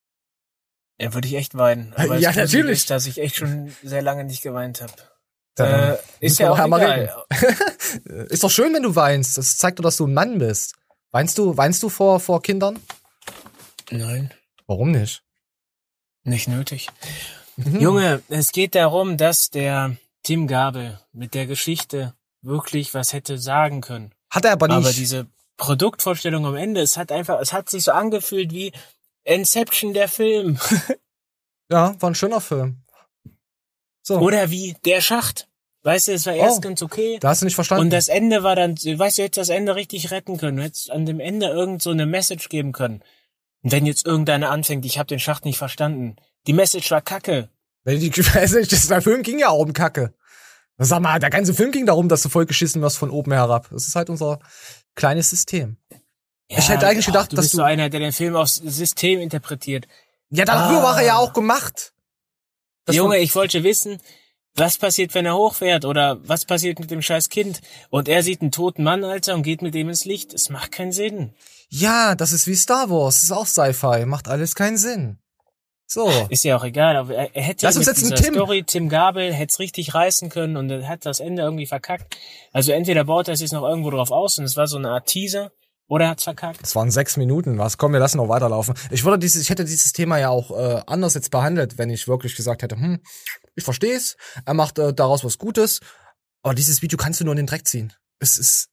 Ja, würde ich echt weinen. Aber ja, natürlich. Ist, dass ich echt schon sehr lange nicht geweint habe. Ist ja auch egal. Ist doch schön, wenn du weinst. Das zeigt doch, dass du ein Mann bist. Weinst du vor Kindern? Nein. Warum nicht? Nicht nötig. Junge, es geht darum, dass der Tim Gabel mit der Geschichte wirklich was hätte sagen können. Hat er aber nicht. Aber diese Produktvorstellung am Ende, es hat sich so angefühlt wie Inception, der Film. Ja, war ein schöner Film. So. Oder wie der Schacht. Weißt du, es war erst ganz okay. Da hast du nicht verstanden. Und das Ende war dann, weißt du, hättest das Ende richtig retten können. Du hättest an dem Ende irgend so eine Message geben können. Und wenn jetzt irgendeiner anfängt, ich habe den Schacht nicht verstanden. Die Message war Kacke. Der Film ging ja auch um Kacke. Sag mal, der ganze Film ging darum, dass du voll geschissen wirst von oben herab. Das ist halt unser kleines System. Ja, ich hätte eigentlich gedacht, du dass bist so einer, der den Film aufs System interpretiert. Ja, dafür war er ja auch gemacht. Junge, ich wollte wissen, was passiert, wenn er hochfährt oder was passiert mit dem scheiß Kind und er sieht einen toten Mann, Alter, und geht mit dem ins Licht. Es macht keinen Sinn. Ja, das ist wie Star Wars. Das ist auch Sci-Fi. Macht alles keinen Sinn. So. Ist ja auch egal, aber er hätte mit dieser Story, Tim Gabel, hätte es richtig reißen können und er hat das Ende irgendwie verkackt. Also entweder baut er sich noch irgendwo drauf aus und es war so eine Art Teaser, oder er hat's verkackt. Es waren 6 Minuten. Komm, wir lassen noch weiterlaufen. Ich hätte dieses Thema ja auch anders jetzt behandelt, wenn ich wirklich gesagt hätte, ich versteh's, er macht daraus was Gutes, aber dieses Video kannst du nur in den Dreck ziehen. Das ist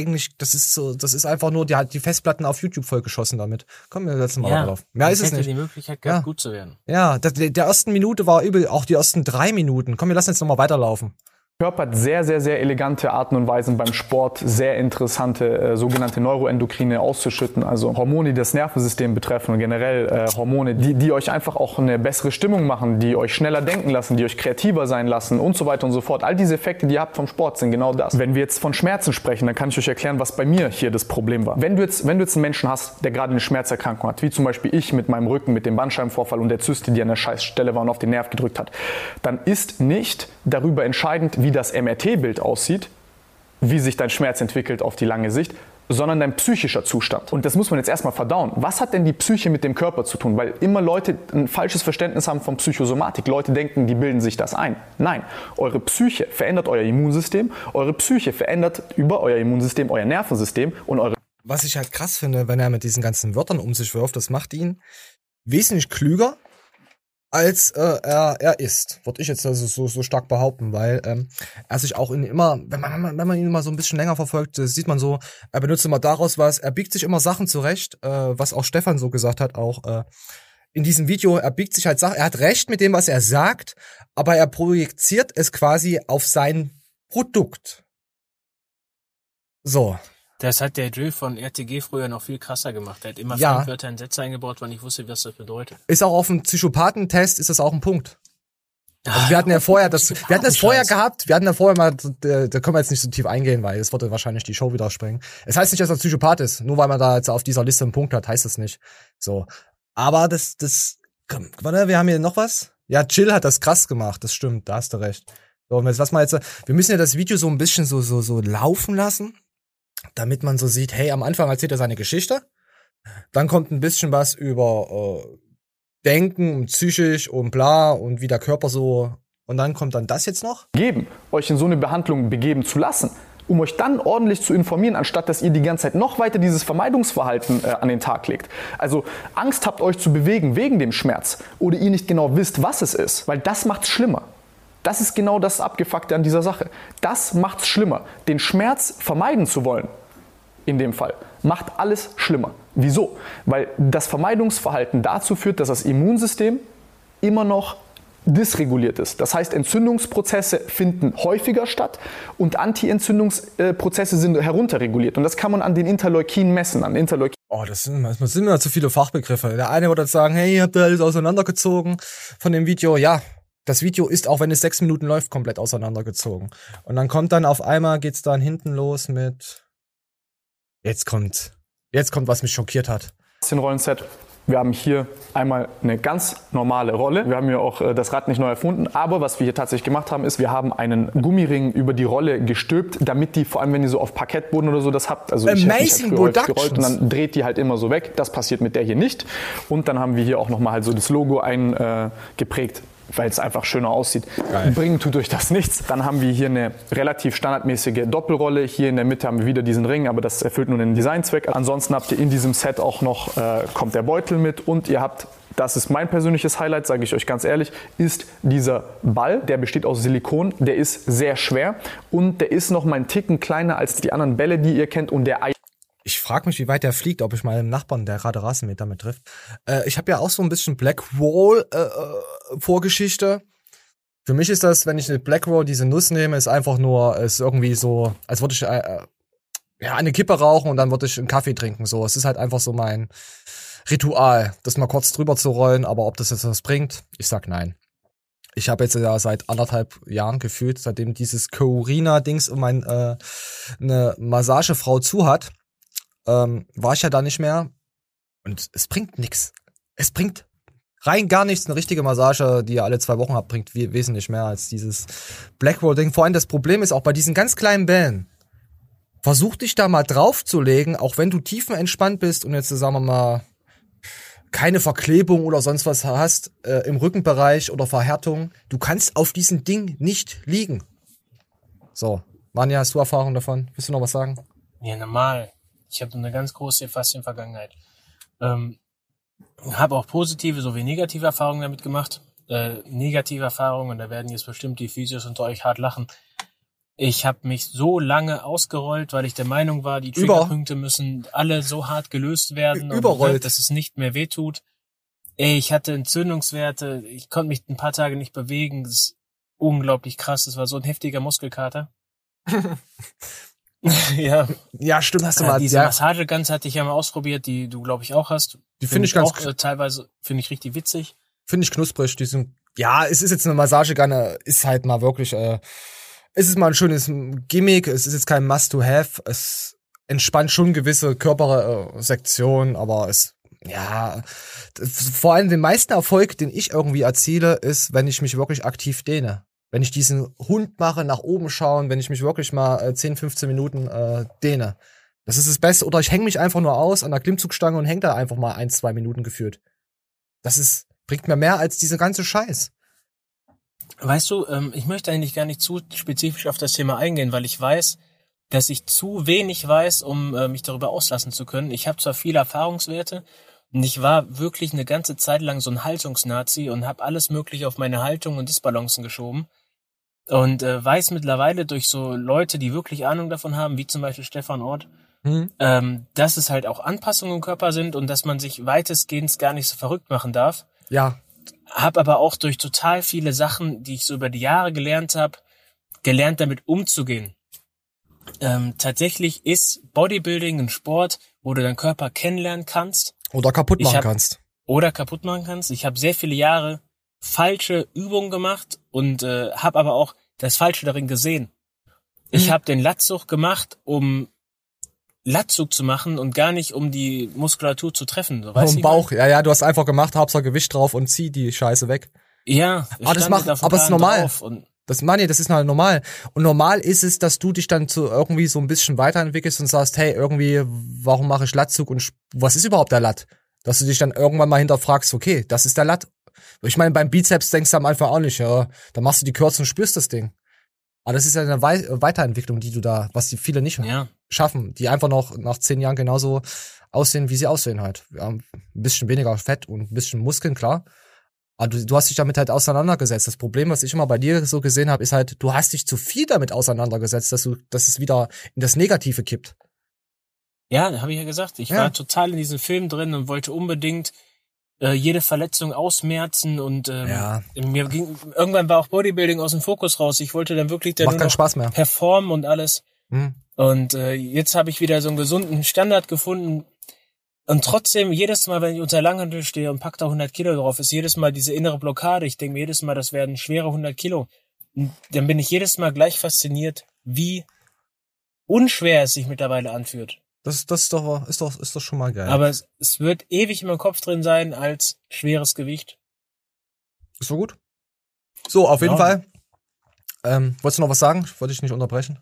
einfach nur, die hat die Festplatten auf YouTube vollgeschossen damit. Komm, wir setzen mal weiterlaufen. Mehr ist es nicht. Die Möglichkeit gehabt, gut zu werden. Ja, der ersten Minute war übel, auch die ersten 3 Minuten. Komm, wir lassen jetzt noch mal weiterlaufen. Körper hat sehr, sehr, sehr elegante Arten und Weisen beim Sport sehr interessante sogenannte Neuroendokrine auszuschütten, also Hormone, die das Nervensystem betreffen und generell Hormone, die euch einfach auch eine bessere Stimmung machen, die euch schneller denken lassen, die euch kreativer sein lassen und so weiter und so fort. All diese Effekte, die ihr habt vom Sport, sind genau das. Wenn wir jetzt von Schmerzen sprechen, dann kann ich euch erklären, was bei mir hier das Problem war. Wenn du jetzt einen Menschen hast, der gerade eine Schmerzerkrankung hat, wie zum Beispiel ich mit meinem Rücken, mit dem Bandscheibenvorfall und der Zyste, die an der scheiß Stelle war und auf den Nerv gedrückt hat, dann ist nicht darüber entscheidend, wie das MRT-Bild aussieht, wie sich dein Schmerz entwickelt auf die lange Sicht, sondern dein psychischer Zustand. Und das muss man jetzt erstmal verdauen. Was hat denn die Psyche mit dem Körper zu tun? Weil immer Leute ein falsches Verständnis haben von Psychosomatik. Leute denken, die bilden sich das ein. Nein, eure Psyche verändert euer Immunsystem, eure Psyche verändert über euer Immunsystem euer Nervensystem und eure... Was ich halt krass finde, wenn er mit diesen ganzen Wörtern um sich wirft, das macht ihn wesentlich klüger, als er ist, würde ich jetzt also so stark behaupten, weil er sich auch wenn man ihn mal so ein bisschen länger verfolgt, sieht man so, er benutzt immer daraus was, er biegt sich immer Sachen zurecht, was auch Stefan so gesagt hat, auch in diesem Video, er biegt sich halt Sachen, er hat recht mit dem, was er sagt, aber er projiziert es quasi auf sein Produkt. So. Das hat der Jill von RTG früher noch viel krasser gemacht. Er hat immer Fremdwörter in Sätze eingebaut, weil ich wusste, was das bedeutet. Ist auch auf dem Psychopathentest, ist das auch ein Punkt. Also wir hatten ja vorher gehabt, wir hatten ja vorher mal, da können wir jetzt nicht so tief eingehen, weil es würde wahrscheinlich die Show wieder sprengen. Es heißt nicht, dass er Psychopath ist, nur weil man da jetzt auf dieser Liste einen Punkt hat, heißt das nicht. So. Aber warte, wir haben hier noch was? Ja, Jill hat das krass gemacht, das stimmt, da hast du recht. So, und jetzt wir müssen ja das Video so ein bisschen so laufen lassen, damit man so sieht, hey, am Anfang erzählt er seine Geschichte, dann kommt ein bisschen was über Denken und psychisch und bla und wie der Körper so, und dann kommt dann das jetzt noch. Euch in so eine Behandlung begeben zu lassen, um euch dann ordentlich zu informieren, anstatt dass ihr die ganze Zeit noch weiter dieses Vermeidungsverhalten an den Tag legt. Also Angst habt, euch zu bewegen wegen dem Schmerz oder ihr nicht genau wisst, was es ist, weil das macht's schlimmer. Das ist genau das Abgefuckte an dieser Sache. Das macht's schlimmer. Den Schmerz vermeiden zu wollen, in dem Fall, macht alles schlimmer. Wieso? Weil das Vermeidungsverhalten dazu führt, dass das Immunsystem immer noch dysreguliert ist. Das heißt, Entzündungsprozesse finden häufiger statt und Anti-Entzündungsprozesse sind herunterreguliert. Und das kann man an den Interleukinen messen. Das sind ja zu viele Fachbegriffe. Der eine würde jetzt sagen, hey, ihr habt da alles auseinandergezogen von dem Video. Ja, das Video ist, auch wenn es 6 Minuten läuft, komplett auseinandergezogen. Und dann kommt dann auf einmal, geht's dann hinten los mit Jetzt kommt, was mich schockiert hat. Den Rollenset. Wir haben hier einmal eine ganz normale Rolle. Wir haben hier auch das Rad nicht neu erfunden. Aber was wir hier tatsächlich gemacht haben, ist, wir haben einen Gummiring über die Rolle gestülpt, damit die, vor allem wenn ihr so auf Parkettboden oder so das habt, also ich habe gerollt und dann dreht die halt immer so weg. Das passiert mit der hier nicht. Und dann haben wir hier auch nochmal halt so das Logo eingeprägt, weil es einfach schöner aussieht. Geil. Bringen tut euch das nichts. Dann haben wir hier eine relativ standardmäßige Doppelrolle. Hier in der Mitte haben wir wieder diesen Ring, aber das erfüllt nur den Designzweck. Ansonsten habt ihr in diesem Set auch noch, kommt der Beutel mit und ihr habt, das ist mein persönliches Highlight, sage ich euch ganz ehrlich, ist dieser Ball. Der besteht aus Silikon, der ist sehr schwer und der ist noch mal einen Ticken kleiner als die anderen Bälle, die ihr kennt und der Ich frage mich, wie weit der fliegt, ob ich mal einen Nachbarn, der gerade Rasenmäher mit trifft. Ich habe ja auch so ein bisschen Blackwall Vorgeschichte. Für mich ist das, wenn ich eine Blackwall, diese Nuss nehme, ist einfach nur, ist irgendwie so, als würde ich eine Kippe rauchen und dann würde ich einen Kaffee trinken. So, es ist halt einfach so mein Ritual, das mal kurz drüber zu rollen. Aber ob das jetzt was bringt, ich sag nein. Ich habe jetzt ja seit 1,5 Jahren gefühlt, seitdem dieses Corina-Dings um eine Massagefrau zu hat, war ich ja da nicht mehr. Und es bringt nichts. Es bringt rein gar nichts. Eine richtige Massage, die ihr alle 2 Wochen habt, bringt wesentlich mehr als dieses Blackwall-Ding. Vor allem das Problem ist auch bei diesen ganz kleinen Bällen. Versuch dich da mal draufzulegen, auch wenn du tiefenentspannt bist und jetzt, sagen wir mal, keine Verklebung oder sonst was hast im Rückenbereich oder Verhärtung. Du kannst auf diesem Ding nicht liegen. So, Manja, hast du Erfahrung davon? Willst du noch was sagen? Ja, normal. Ich habe eine ganz große Faszienvergangenheit. Habe auch positive sowie negative Erfahrungen damit gemacht. Negative Erfahrungen, und da werden jetzt bestimmt die Physios unter euch hart lachen. Ich habe mich so lange ausgerollt, weil ich der Meinung war, die Triggerpunkte müssen alle so hart gelöst werden, dass es nicht mehr wehtut. Ich hatte Entzündungswerte, ich konnte mich ein paar Tage nicht bewegen. Das ist unglaublich krass. Das war so ein heftiger Muskelkater. Ja. Ja, stimmt, hast du mal. Diese Massageguns hatte ich ja mal ausprobiert, die du, glaube ich, auch hast. Die finde ich ganz auch teilweise finde ich richtig witzig. Finde ich knusprig. Ja, es ist jetzt eine Massagegun, ist halt mal wirklich, es ist mal ein schönes Gimmick, es ist jetzt kein Must-to-have, es entspannt schon gewisse Körpersektionen, aber vor allem den meisten Erfolg, den ich irgendwie erziele, ist, wenn ich mich wirklich aktiv dehne. Wenn ich diesen Hund mache, nach oben schauen, wenn ich mich wirklich mal 10, 15 Minuten dehne. Das ist das Beste. Oder ich hänge mich einfach nur aus an der Klimmzugstange und hänge da einfach mal 1, 2 Minuten gefühlt. Bringt mir mehr als diese ganze Scheiß. Weißt du, ich möchte eigentlich gar nicht zu spezifisch auf das Thema eingehen, weil ich weiß, dass ich zu wenig weiß, um mich darüber auslassen zu können. Ich habe zwar viele Erfahrungswerte, Und ich war wirklich eine ganze Zeit lang so ein Haltungsnazi und habe alles Mögliche auf meine Haltung und Disbalancen geschoben. Und weiß mittlerweile durch so Leute, die wirklich Ahnung davon haben, wie zum Beispiel Stefan Ort, dass es halt auch Anpassungen im Körper sind und dass man sich weitestgehend gar nicht so verrückt machen darf. Ja. Hab aber auch durch total viele Sachen, die ich so über die Jahre gelernt habe, gelernt damit umzugehen. Tatsächlich ist Bodybuilding ein Sport, wo du deinen Körper kennenlernen kannst. Oder kaputt machen kannst. Oder kaputt machen kannst. Ich habe sehr viele Jahre falsche Übungen gemacht und habe aber auch das Falsche darin gesehen. Ich habe den Latzug gemacht, um Latzug zu machen und gar nicht, um die Muskulatur zu treffen. So, weißt du? Bauch, ja, du hast einfach gemacht, Hauptsache Gewicht drauf und zieh die Scheiße weg. Ja, aber es ist normal. Das ist halt normal. Und normal ist es, dass du dich dann so irgendwie so ein bisschen weiterentwickelst und sagst, hey, irgendwie, warum mache ich Latzug und was ist überhaupt der Latt? Dass du dich dann irgendwann mal hinterfragst, okay, das ist der Latt. Ich meine, beim Bizeps denkst du am Anfang auch nicht, ja, dann machst du die Curls und spürst das Ding. Aber das ist ja eine Weiterentwicklung, die du da, was die viele nicht schaffen, die einfach noch nach 10 Jahren genauso aussehen, wie sie aussehen halt. Wir haben ein bisschen weniger Fett und ein bisschen Muskeln, klar. Aber du hast dich damit halt auseinandergesetzt. Das Problem, was ich immer bei dir so gesehen habe, ist halt, du hast dich zu viel damit auseinandergesetzt, dass es wieder in das Negative kippt. Ja, habe ich ja gesagt. Ich war total in diesem Film drin und wollte unbedingt jede Verletzung ausmerzen und irgendwann war auch Bodybuilding aus dem Fokus raus. Ich wollte dann wirklich nur noch Spaß mehr performen und alles. Und jetzt habe ich wieder so einen gesunden Standard gefunden. Und trotzdem, jedes Mal, wenn ich unter Langhantel stehe und pack da 100 Kilo drauf, ist jedes Mal diese innere Blockade. Ich denke mir jedes Mal, das werden schwere 100 Kilo. Und dann bin ich jedes Mal gleich fasziniert, wie unschwer es sich mittlerweile anfühlt. Das ist doch schon mal geil. Aber es wird ewig in meinem Kopf drin sein als schweres Gewicht. Ist so gut. So, auf jeden Fall. Wolltest du noch was sagen? Ich wollte dich nicht unterbrechen.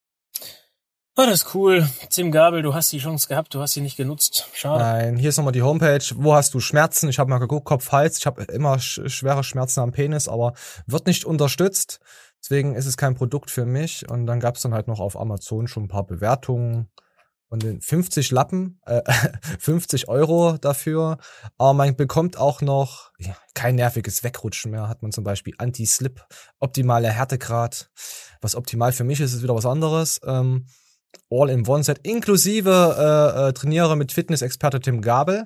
Oh, das ist cool. Tim Gabel, du hast die Chance gehabt, du hast sie nicht genutzt. Schade. Nein, hier ist nochmal die Homepage. Wo hast du Schmerzen? Ich habe mal geguckt, Kopf, Hals. Ich habe immer schwere Schmerzen am Penis, aber wird nicht unterstützt. Deswegen ist es kein Produkt für mich. Und dann gab es dann halt noch auf Amazon schon ein paar Bewertungen. Und den 50 Lappen, 50 € dafür. Aber man bekommt auch noch kein nerviges Wegrutschen mehr. Hat man zum Beispiel Anti-Slip, optimale Härtegrad. Was optimal für mich ist, ist wieder was anderes. All-in-One-Set, inklusive Trainiere mit Fitnessexperte Tim Gabel.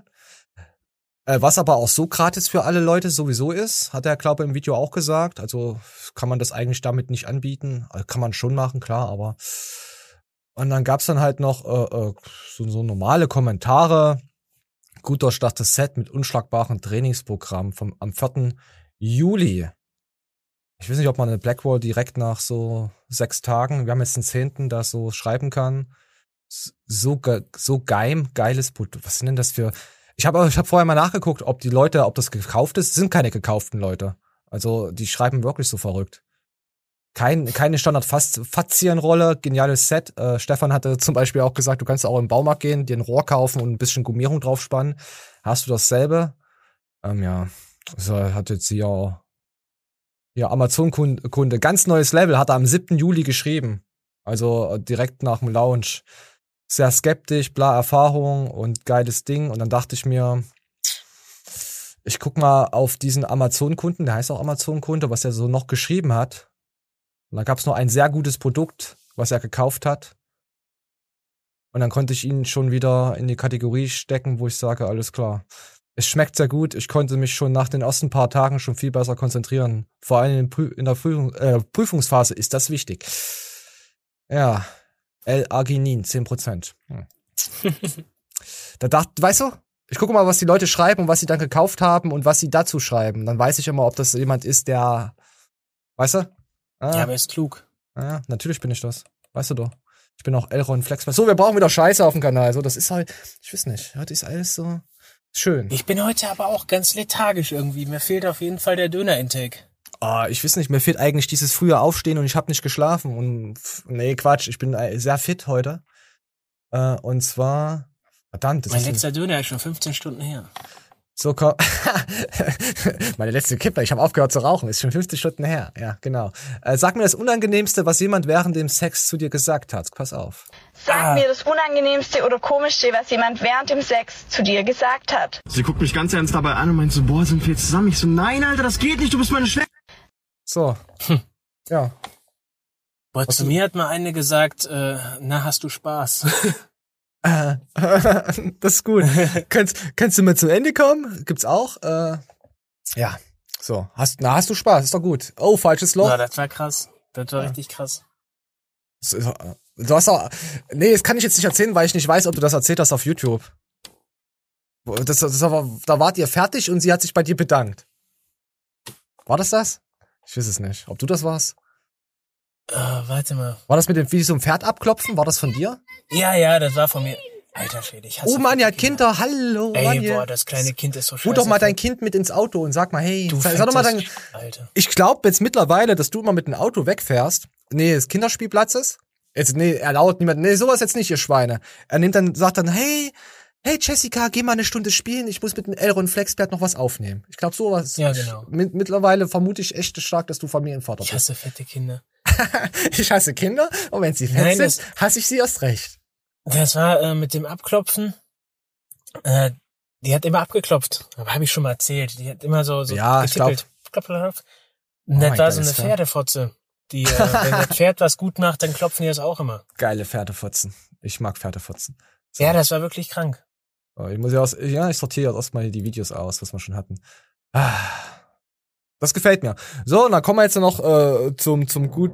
Was aber auch so gratis für alle Leute sowieso ist, hat er, glaube ich, im Video auch gesagt. Also kann man das eigentlich damit nicht anbieten. Also, kann man schon machen, klar, aber... Und dann gab's dann halt noch so normale Kommentare. Gut durchdachtes Set mit unschlagbaren Trainingsprogramm am 4. Juli. Ich weiß nicht, ob man eine Blackwall direkt nach so 6 Tagen, wir haben jetzt den 10., da so schreiben kann. So geiles Produkt. Was sind denn das für... Ich hab vorher mal nachgeguckt, ob das gekauft ist. Das sind keine gekauften Leute. Also die schreiben wirklich so verrückt. Keine Standard-Faszienrolle, geniales Set. Stefan hatte zum Beispiel auch gesagt, du kannst auch im Baumarkt gehen, dir ein Rohr kaufen und ein bisschen Gummierung draufspannen. Hast du dasselbe? Also hat jetzt hier Amazon-Kunde, ganz neues Level, hat er am 7. Juli geschrieben. Also direkt nach dem Launch. Sehr skeptisch, bla Erfahrung und geiles Ding. Und dann dachte ich mir, ich guck mal auf diesen Amazon-Kunden, der heißt auch Amazon-Kunde, was er so noch geschrieben hat. Und dann gab es noch ein sehr gutes Produkt, was er gekauft hat. Und dann konnte ich ihn schon wieder in die Kategorie stecken, wo ich sage, alles klar. Es schmeckt sehr gut. Ich konnte mich schon nach den ersten paar Tagen schon viel besser konzentrieren. Vor allem in der Prüfungsphase ist das wichtig. Ja, L-Arginin, 10%. Da dachte, weißt du, ich gucke mal, was die Leute schreiben und was sie dann gekauft haben und was sie dazu schreiben. Dann weiß ich immer, ob das jemand ist, der, weißt du? Ja, aber er ist klug. Ja, natürlich bin ich das. Weißt du doch. Ich bin auch Elron Flex. So, wir brauchen wieder Scheiße auf dem Kanal. So, das ist halt, ich weiß nicht, heute ist alles so schön. Ich bin heute aber auch ganz lethargisch irgendwie. Mir fehlt auf jeden Fall der Döner-Intake. Ich weiß nicht, mir fehlt eigentlich dieses frühe Aufstehen und ich habe nicht geschlafen. Und nee, Quatsch, ich bin sehr fit heute. Und zwar, verdammt. Mein letzter Döner ist schon 15 Stunden her. So, komm. Meine letzte Kippe, ich habe aufgehört zu rauchen, ist schon 50 Stunden her. Ja, genau. Sag mir das Unangenehmste, was jemand während dem Sex zu dir gesagt hat. Pass auf. Sag mir das Unangenehmste oder Komischste, was jemand während dem Sex zu dir gesagt hat. Sie guckt mich ganz ernst dabei an und meint so, boah, sind wir jetzt zusammen? Ich so, nein, Alter, das geht nicht, du bist meine Schwester. So. Ja. Boah, zu mir hat mal eine gesagt, na, hast du Spaß? Das ist gut. Kannst du mal zum Ende kommen? Gibt's auch. Ja. So. Hast du Spaß? Ist doch gut. Oh, falsches Loch. Ja, das war krass. Das war richtig krass. Du hast auch. Nee, das kann ich jetzt nicht erzählen, weil ich nicht weiß, ob du das erzählt hast auf YouTube. Da wart ihr fertig und sie hat sich bei dir bedankt. War das? Ich weiß es nicht. Ob du das warst? Warte mal. War das mit dem, wie so ein Pferd abklopfen? War das von dir? Ja, das war von mir. Alter Schwede, ich hasse Oh Mann, ihr hat Kinder, hallo. Ey, Mann, boah, das kleine Kind ist so scheiße. Ruf doch mal dein Kind mit ins Auto und sag mal, hey, sag doch mal dein... Alter. Ich glaube jetzt mittlerweile, dass du immer mit dem Auto wegfährst. Nee, des Kinderspielplatzes. Jetzt, nee, er lauert niemand. Nee, sowas jetzt nicht, ihr Schweine. Sagt dann, hey Jessica, geh mal eine Stunde spielen, ich muss mit dem Elron Flexbert noch was aufnehmen. Ich glaube sowas. Ja, genau. Mittlerweile vermute ich echt stark, dass du Familienvater bist. Ich hasse fette Kinder. Ich hasse Kinder und wenn sie fett sind, hasse ich sie erst recht. Das war mit dem Abklopfen. Die hat immer abgeklopft. Aber habe ich schon mal erzählt. Die hat immer so ja, getippelt. Und das war so eine Pferdefotze. Die, wenn das Pferd was gut macht, dann klopfen die das auch immer. Geile Pferdefotzen. Ich mag Pferdefotzen. So. Ja, das war wirklich krank. Ich sortiere jetzt erstmal die Videos aus, was wir schon hatten. Das gefällt mir. So, und dann kommen wir jetzt noch zum gut.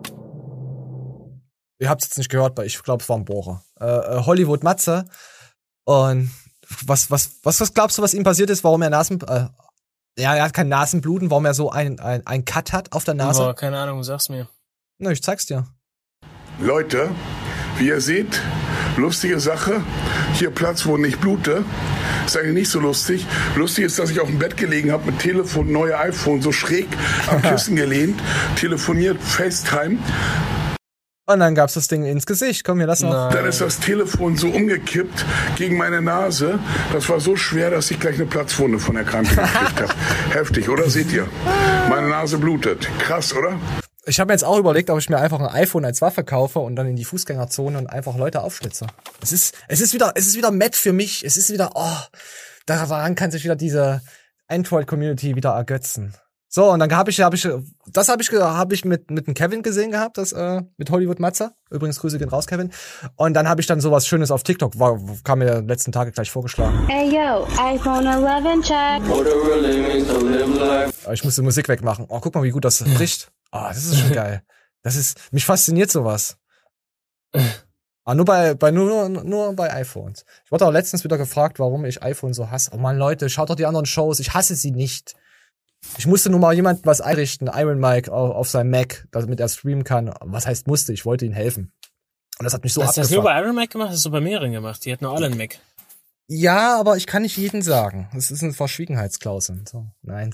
Ihr habt es jetzt nicht gehört, weil ich glaube, es war ein Bohrer. Hollywood Matze. Und was glaubst du, was ihm passiert ist, warum er er hat kein Nasenbluten, warum er so ein Cut hat auf der Nase? Boah, keine Ahnung, sag's mir. Na, ich zeig's dir. Leute, wie ihr seht, lustige Sache. Hier Platz, wo nicht blute. Ist eigentlich nicht so lustig. Lustig ist, dass ich auf dem Bett gelegen habe mit Telefon, neue iPhone, so schräg am Kissen gelehnt, telefoniert, FaceTime. Und dann gab's das Ding ins Gesicht. Komm, wir lassen noch. Dann ist das Telefon so umgekippt gegen meine Nase. Das war so schwer, dass ich gleich eine Platzwunde von der Kranke gekriegt habe. Heftig, oder? Seht ihr? Meine Nase blutet. Krass, oder? Ich habe mir jetzt auch überlegt, ob ich mir einfach ein iPhone als Waffe kaufe und dann in die Fußgängerzone und einfach Leute aufschlitze. Es ist wieder Matt für mich. Es ist wieder, daran kann sich wieder diese Android-Community wieder ergötzen. So, und dann habe ich mit dem Kevin gesehen gehabt, das mit Hollywood Matze. Übrigens Grüße gehen raus, Kevin. Und dann habe ich dann sowas Schönes auf TikTok, kam mir die letzten Tage gleich vorgeschlagen. Hey yo, iPhone 11 check. Ich musste Musik wegmachen. Oh, guck mal, wie gut das bricht. Oh, das ist schon geil. Mich fasziniert sowas. Nur bei iPhones. Ich wurde auch letztens wieder gefragt, warum ich iPhone so hasse. Oh man, Leute, schaut doch die anderen Shows. Ich hasse sie nicht. Ich musste nur mal jemandem was einrichten, Iron Mike auf seinem Mac, damit er streamen kann. Was heißt musste? Ich wollte ihn helfen. Und das hat mich so abgefuckt. Hast du das nur bei Iron Mike gemacht? Hast du bei mehreren gemacht? Die hatten nur alle einen Mac. Ja, aber ich kann nicht jeden sagen. Das ist eine Verschwiegenheitsklausel. So, nein,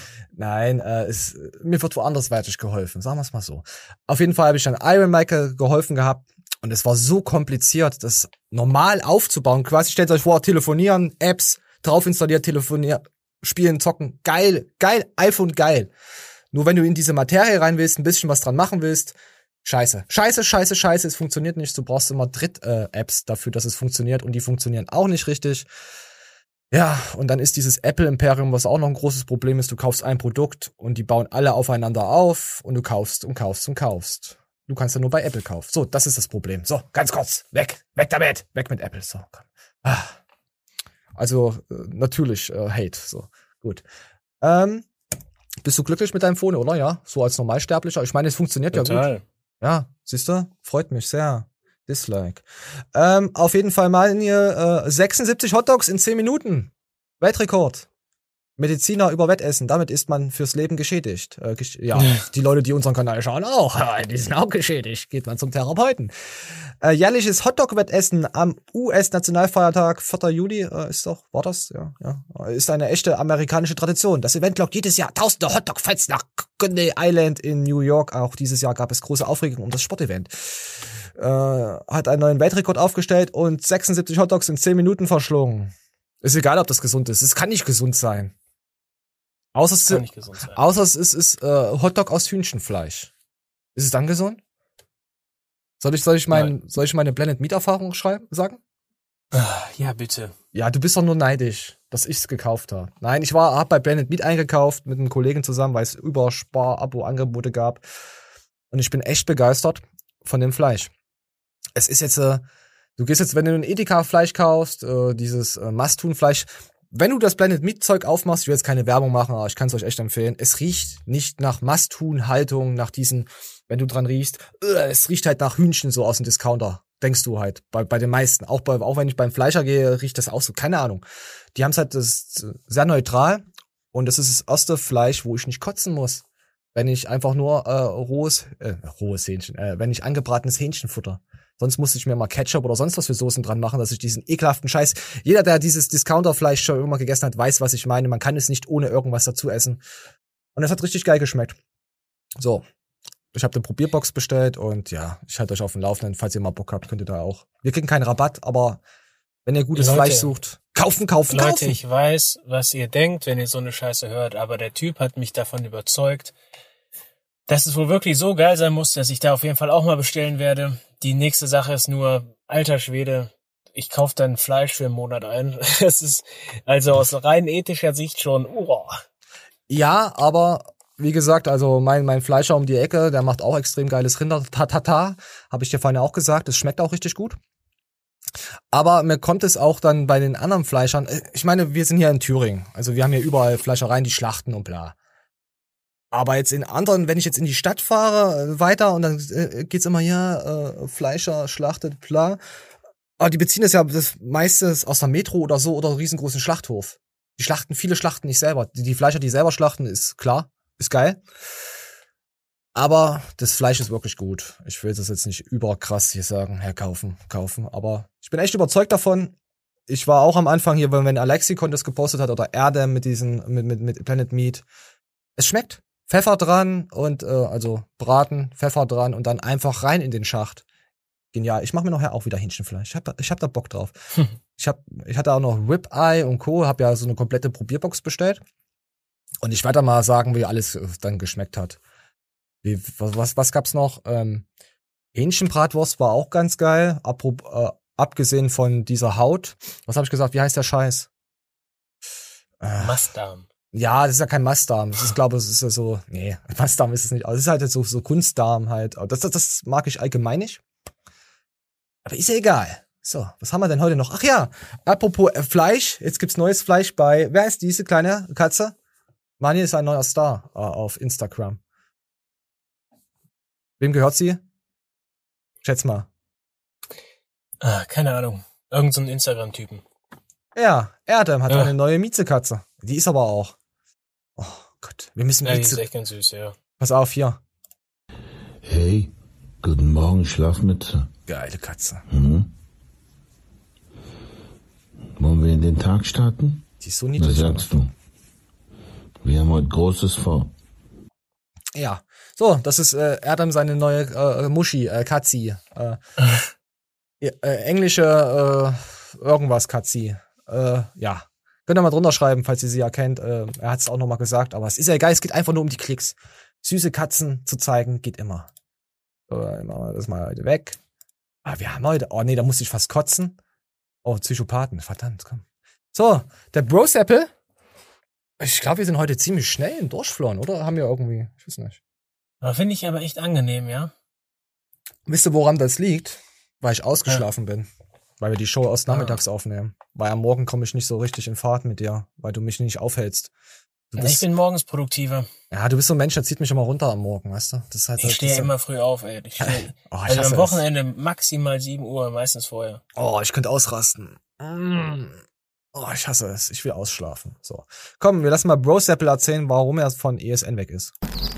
mir wird woanders weiter geholfen. Sagen wir es mal so. Auf jeden Fall habe ich dann Iron Mike geholfen gehabt. Und es war so kompliziert, das normal aufzubauen. Quasi stellt euch vor, telefonieren, Apps, drauf installiert, telefonieren, spielen, zocken. Geil, iPhone geil. Nur wenn du in diese Materie rein willst, ein bisschen was dran machen willst, scheiße, es funktioniert nicht. Du brauchst immer Dritt-Apps dafür, dass es funktioniert und die funktionieren auch nicht richtig. Ja, und dann ist dieses Apple-Imperium, was auch noch ein großes Problem ist, du kaufst ein Produkt und die bauen alle aufeinander auf und du kaufst und kaufst und kaufst. Du kannst ja nur bei Apple kaufen. So, das ist das Problem. So, ganz kurz, weg damit, weg mit Apple. So, komm. Also, natürlich, Hate, so, gut. Bist du glücklich mit deinem Phone, oder? Ja, so als Normalsterblicher. Ich meine, es funktioniert total. Ja gut. Ja, siehst du? Freut mich sehr. Dislike. Auf jeden Fall mal hier 76 Hotdogs in 10 Minuten. Weltrekord. Mediziner über Wettessen. Damit ist man fürs Leben geschädigt. Die Leute, die unseren Kanal schauen, auch. Die sind auch geschädigt. Geht man zum Therapeuten. Jährliches Hotdog-Wettessen am US-Nationalfeiertag 4. Juli war das? Ja. Ist eine echte amerikanische Tradition. Das Event lockt jedes Jahr tausende Hotdog-Fans nach Coney Island in New York. Auch dieses Jahr gab es große Aufregung um das Sportevent. Hat einen neuen Weltrekord aufgestellt und 76 Hotdogs in 10 Minuten verschlungen. Ist egal, ob das gesund ist. Es kann nicht gesund sein. Außer es ist Hotdog aus Hühnchenfleisch. Ist es dann gesund? Soll ich meine Blended Meat Erfahrung sagen? Ja, bitte. Ja, du bist doch nur neidisch, dass ich's gekauft habe. Nein, hab bei Blended Meat eingekauft mit einem Kollegen zusammen, weil es Überspar-Abo-Angebote gab. Und ich bin echt begeistert von dem Fleisch. Es ist jetzt, du gehst jetzt, wenn du ein Edeka-Fleisch kaufst, dieses Masthuhn-Fleisch, wenn du das Blended Meat Zeug aufmachst, ich will jetzt keine Werbung machen, aber ich kann es euch echt empfehlen, es riecht nicht nach Masthuhn-Haltung, nach diesen, wenn du dran riechst, es riecht halt nach Hühnchen so aus dem Discounter, denkst du halt, bei den meisten. Auch wenn ich beim Fleischer gehe, riecht das auch so, keine Ahnung. Die haben es halt das sehr neutral und das ist das erste Fleisch, wo ich nicht kotzen muss, wenn ich einfach nur rohes Hähnchen, wenn ich angebratenes Hähnchen futter. Sonst musste ich mir mal Ketchup oder sonst was für Soßen dran machen, dass ich diesen ekelhaften Scheiß, jeder, der dieses Discounterfleisch schon irgendwann gegessen hat, weiß, was ich meine. Man kann es nicht ohne irgendwas dazu essen. Und es hat richtig geil geschmeckt. So, ich habe eine Probierbox bestellt und ja, ich halte euch auf dem Laufenden. Falls ihr mal Bock habt, könnt ihr da auch. Wir kriegen keinen Rabatt, aber wenn ihr gutes Fleisch sucht, kaufen. Leute, ich weiß, was ihr denkt, wenn ihr so eine Scheiße hört, aber der Typ hat mich davon überzeugt, dass es wohl wirklich so geil sein muss, dass ich da auf jeden Fall auch mal bestellen werde. Die nächste Sache ist nur, alter Schwede, ich kaufe dann Fleisch für einen Monat ein. Es ist also aus rein ethischer Sicht schon, Ja, aber wie gesagt, also mein Fleischer um die Ecke, der macht auch extrem geiles Rinder-Tatata. Habe ich dir vorhin auch gesagt, es schmeckt auch richtig gut. Aber mir kommt es auch dann bei den anderen Fleischern, ich meine, wir sind hier in Thüringen, also wir haben hier überall Fleischereien, die schlachten und bla. Aber jetzt in anderen, wenn ich jetzt in die Stadt fahre, weiter und dann geht's immer, Fleischer schlachtet, bla. Aber die beziehen das meiste aus der Metro oder so oder riesengroßen Schlachthof. Viele schlachten nicht selber. Die Fleischer, die selber schlachten, ist klar, ist geil. Aber das Fleisch ist wirklich gut. Ich will das jetzt nicht überkrass hier sagen, kaufen. Aber ich bin echt überzeugt davon. Ich war auch am Anfang hier, wenn Alexikon das gepostet hat oder Erde mit mit Blended Meat. Es schmeckt. Pfeffer dran und also braten, Pfeffer dran und dann einfach rein in den Schacht. Genial. Ich mache mir nachher auch wieder Hähnchenfleisch. Ich hab da Bock drauf. Ich hatte auch noch Ribeye und Co. Hab ja so eine komplette Probierbox bestellt. Und ich werde mal sagen, wie alles dann geschmeckt hat. Was gab's noch? Hähnchenbratwurst war auch ganz geil. Abgesehen von dieser Haut. Was habe ich gesagt? Wie heißt der Scheiß? Mastdarm. Ja, das ist ja kein Mastdarm. Das ist, glaube ich, ist ja so, nee, Mastdarm ist es nicht. Also es ist halt so Kunstdarm halt. Das mag ich allgemein nicht. Aber ist ja egal. So, was haben wir denn heute noch? Ach ja, apropos Fleisch. Jetzt gibt's neues Fleisch bei, wer ist diese kleine Katze? Mani ist ein neuer Star auf Instagram. Wem gehört sie? Schätz mal. Keine Ahnung. Irgend so ein Instagram-Typen. Ja, Erdem hat eine neue Miezekatze. Die ist aber auch. Oh Gott, wir müssen die ist echt ganz süß, ja. Pass auf, hier. Hey, guten Morgen, Schlafmütze. Geile Katze. Wollen wir in den Tag starten? Die ist so niedlich. Was sagst du? Wir haben heute Großes vor. Ja, so, das ist Erdem seine neue Muschi, Katzi. Englische irgendwas Katzi. Ja. Könnt ihr mal drunter schreiben, falls ihr sie erkennt. Er hat es auch nochmal gesagt, aber es ist ja egal, es geht einfach nur um die Klicks. Süße Katzen zu zeigen, geht immer. So, machen wir das mal heute weg. Wir haben heute, oh nee, da muss ich fast kotzen. Oh, Psychopathen, verdammt, komm. So, der Bro-Seppel. Ich glaube, wir sind heute ziemlich schnell im Durchflohen, oder? Haben wir irgendwie, ich weiß nicht. Finde ich aber echt angenehm, ja. Wisst ihr, woran das liegt? Weil ich ausgeschlafen bin. Weil wir die Show erst nachmittags aufnehmen. Weil am Morgen komme ich nicht so richtig in Fahrt mit dir, weil du mich nicht aufhältst. Ich bin morgens produktiver. Ja, du bist so ein Mensch, der zieht mich immer runter am Morgen, weißt du? Das ist halt ich stehe immer früh auf, ey. Also am Wochenende maximal 7 Uhr, meistens vorher. Oh, ich könnte ausrasten. Oh, ich hasse es. Ich will ausschlafen. So. Komm, wir lassen mal Bro Seppel erzählen, warum er von ESN weg ist.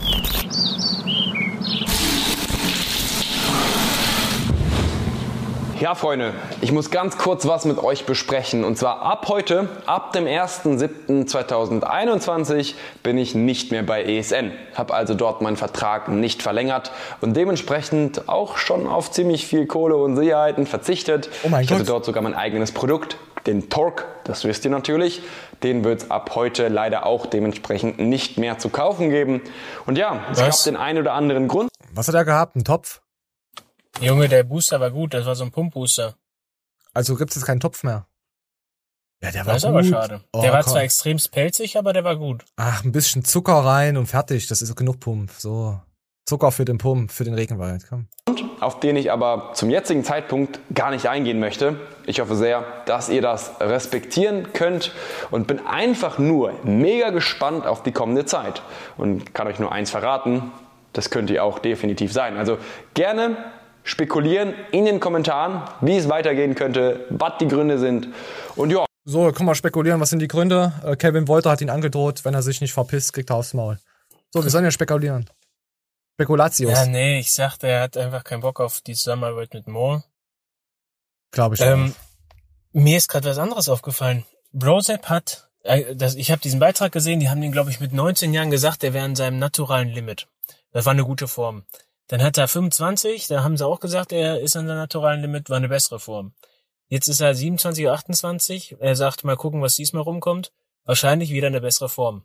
Ja, Freunde, ich muss ganz kurz was mit euch besprechen. Und zwar ab heute, ab dem 1.7.2021, bin ich nicht mehr bei ESN. Habe also dort meinen Vertrag nicht verlängert und dementsprechend auch schon auf ziemlich viel Kohle und Sicherheiten verzichtet. Oh mein Gott. Ich hatte dort sogar mein eigenes Produkt. Den Torque, das wisst ihr natürlich, den wird es ab heute leider auch dementsprechend nicht mehr zu kaufen geben. Und ja, es gab den einen oder anderen Grund. Was hat er gehabt? Ein Topf? Junge, der Booster war gut, das war so ein Pumpbooster. Also gibt's jetzt keinen Topf mehr? Ja, der war das gut. Das ist aber schade. Oh, der war komm. zwar extrem pelzig, aber der war gut. Ach, ein bisschen Zucker rein und fertig. Das ist genug Pump. So. Zucker für den Pump, für den Regenwald. Komm. Auf den ich aber zum jetzigen Zeitpunkt gar nicht eingehen möchte. Ich hoffe sehr, dass ihr das respektieren könnt und bin einfach nur mega gespannt auf die kommende Zeit. Und kann euch nur eins verraten, das könnt ihr auch definitiv sein. Also gerne spekulieren in den Kommentaren, wie es weitergehen könnte, was die Gründe sind. Und ja. So, komm mal spekulieren, was sind die Gründe? Kevin Wolter hat ihn angedroht, wenn er sich nicht verpisst, kriegt er aufs Maul. So, wir sollen ja spekulieren. Spekulatius. Ja, nee, ich sagte, er hat einfach keinen Bock auf die Zusammenarbeit mit Moore. Glaube ich auch. Mir ist gerade was anderes aufgefallen. Brosep hat, ich habe diesen Beitrag gesehen, die haben ihn, glaube ich, mit 19 Jahren gesagt, er wäre in seinem naturalen Limit. Das war eine gute Form. Dann hat er 25, da haben sie auch gesagt, er ist an seinem naturalen Limit, war eine bessere Form. Jetzt ist er 27 oder 28. Er sagt, mal gucken, was diesmal rumkommt. Wahrscheinlich wieder eine bessere Form.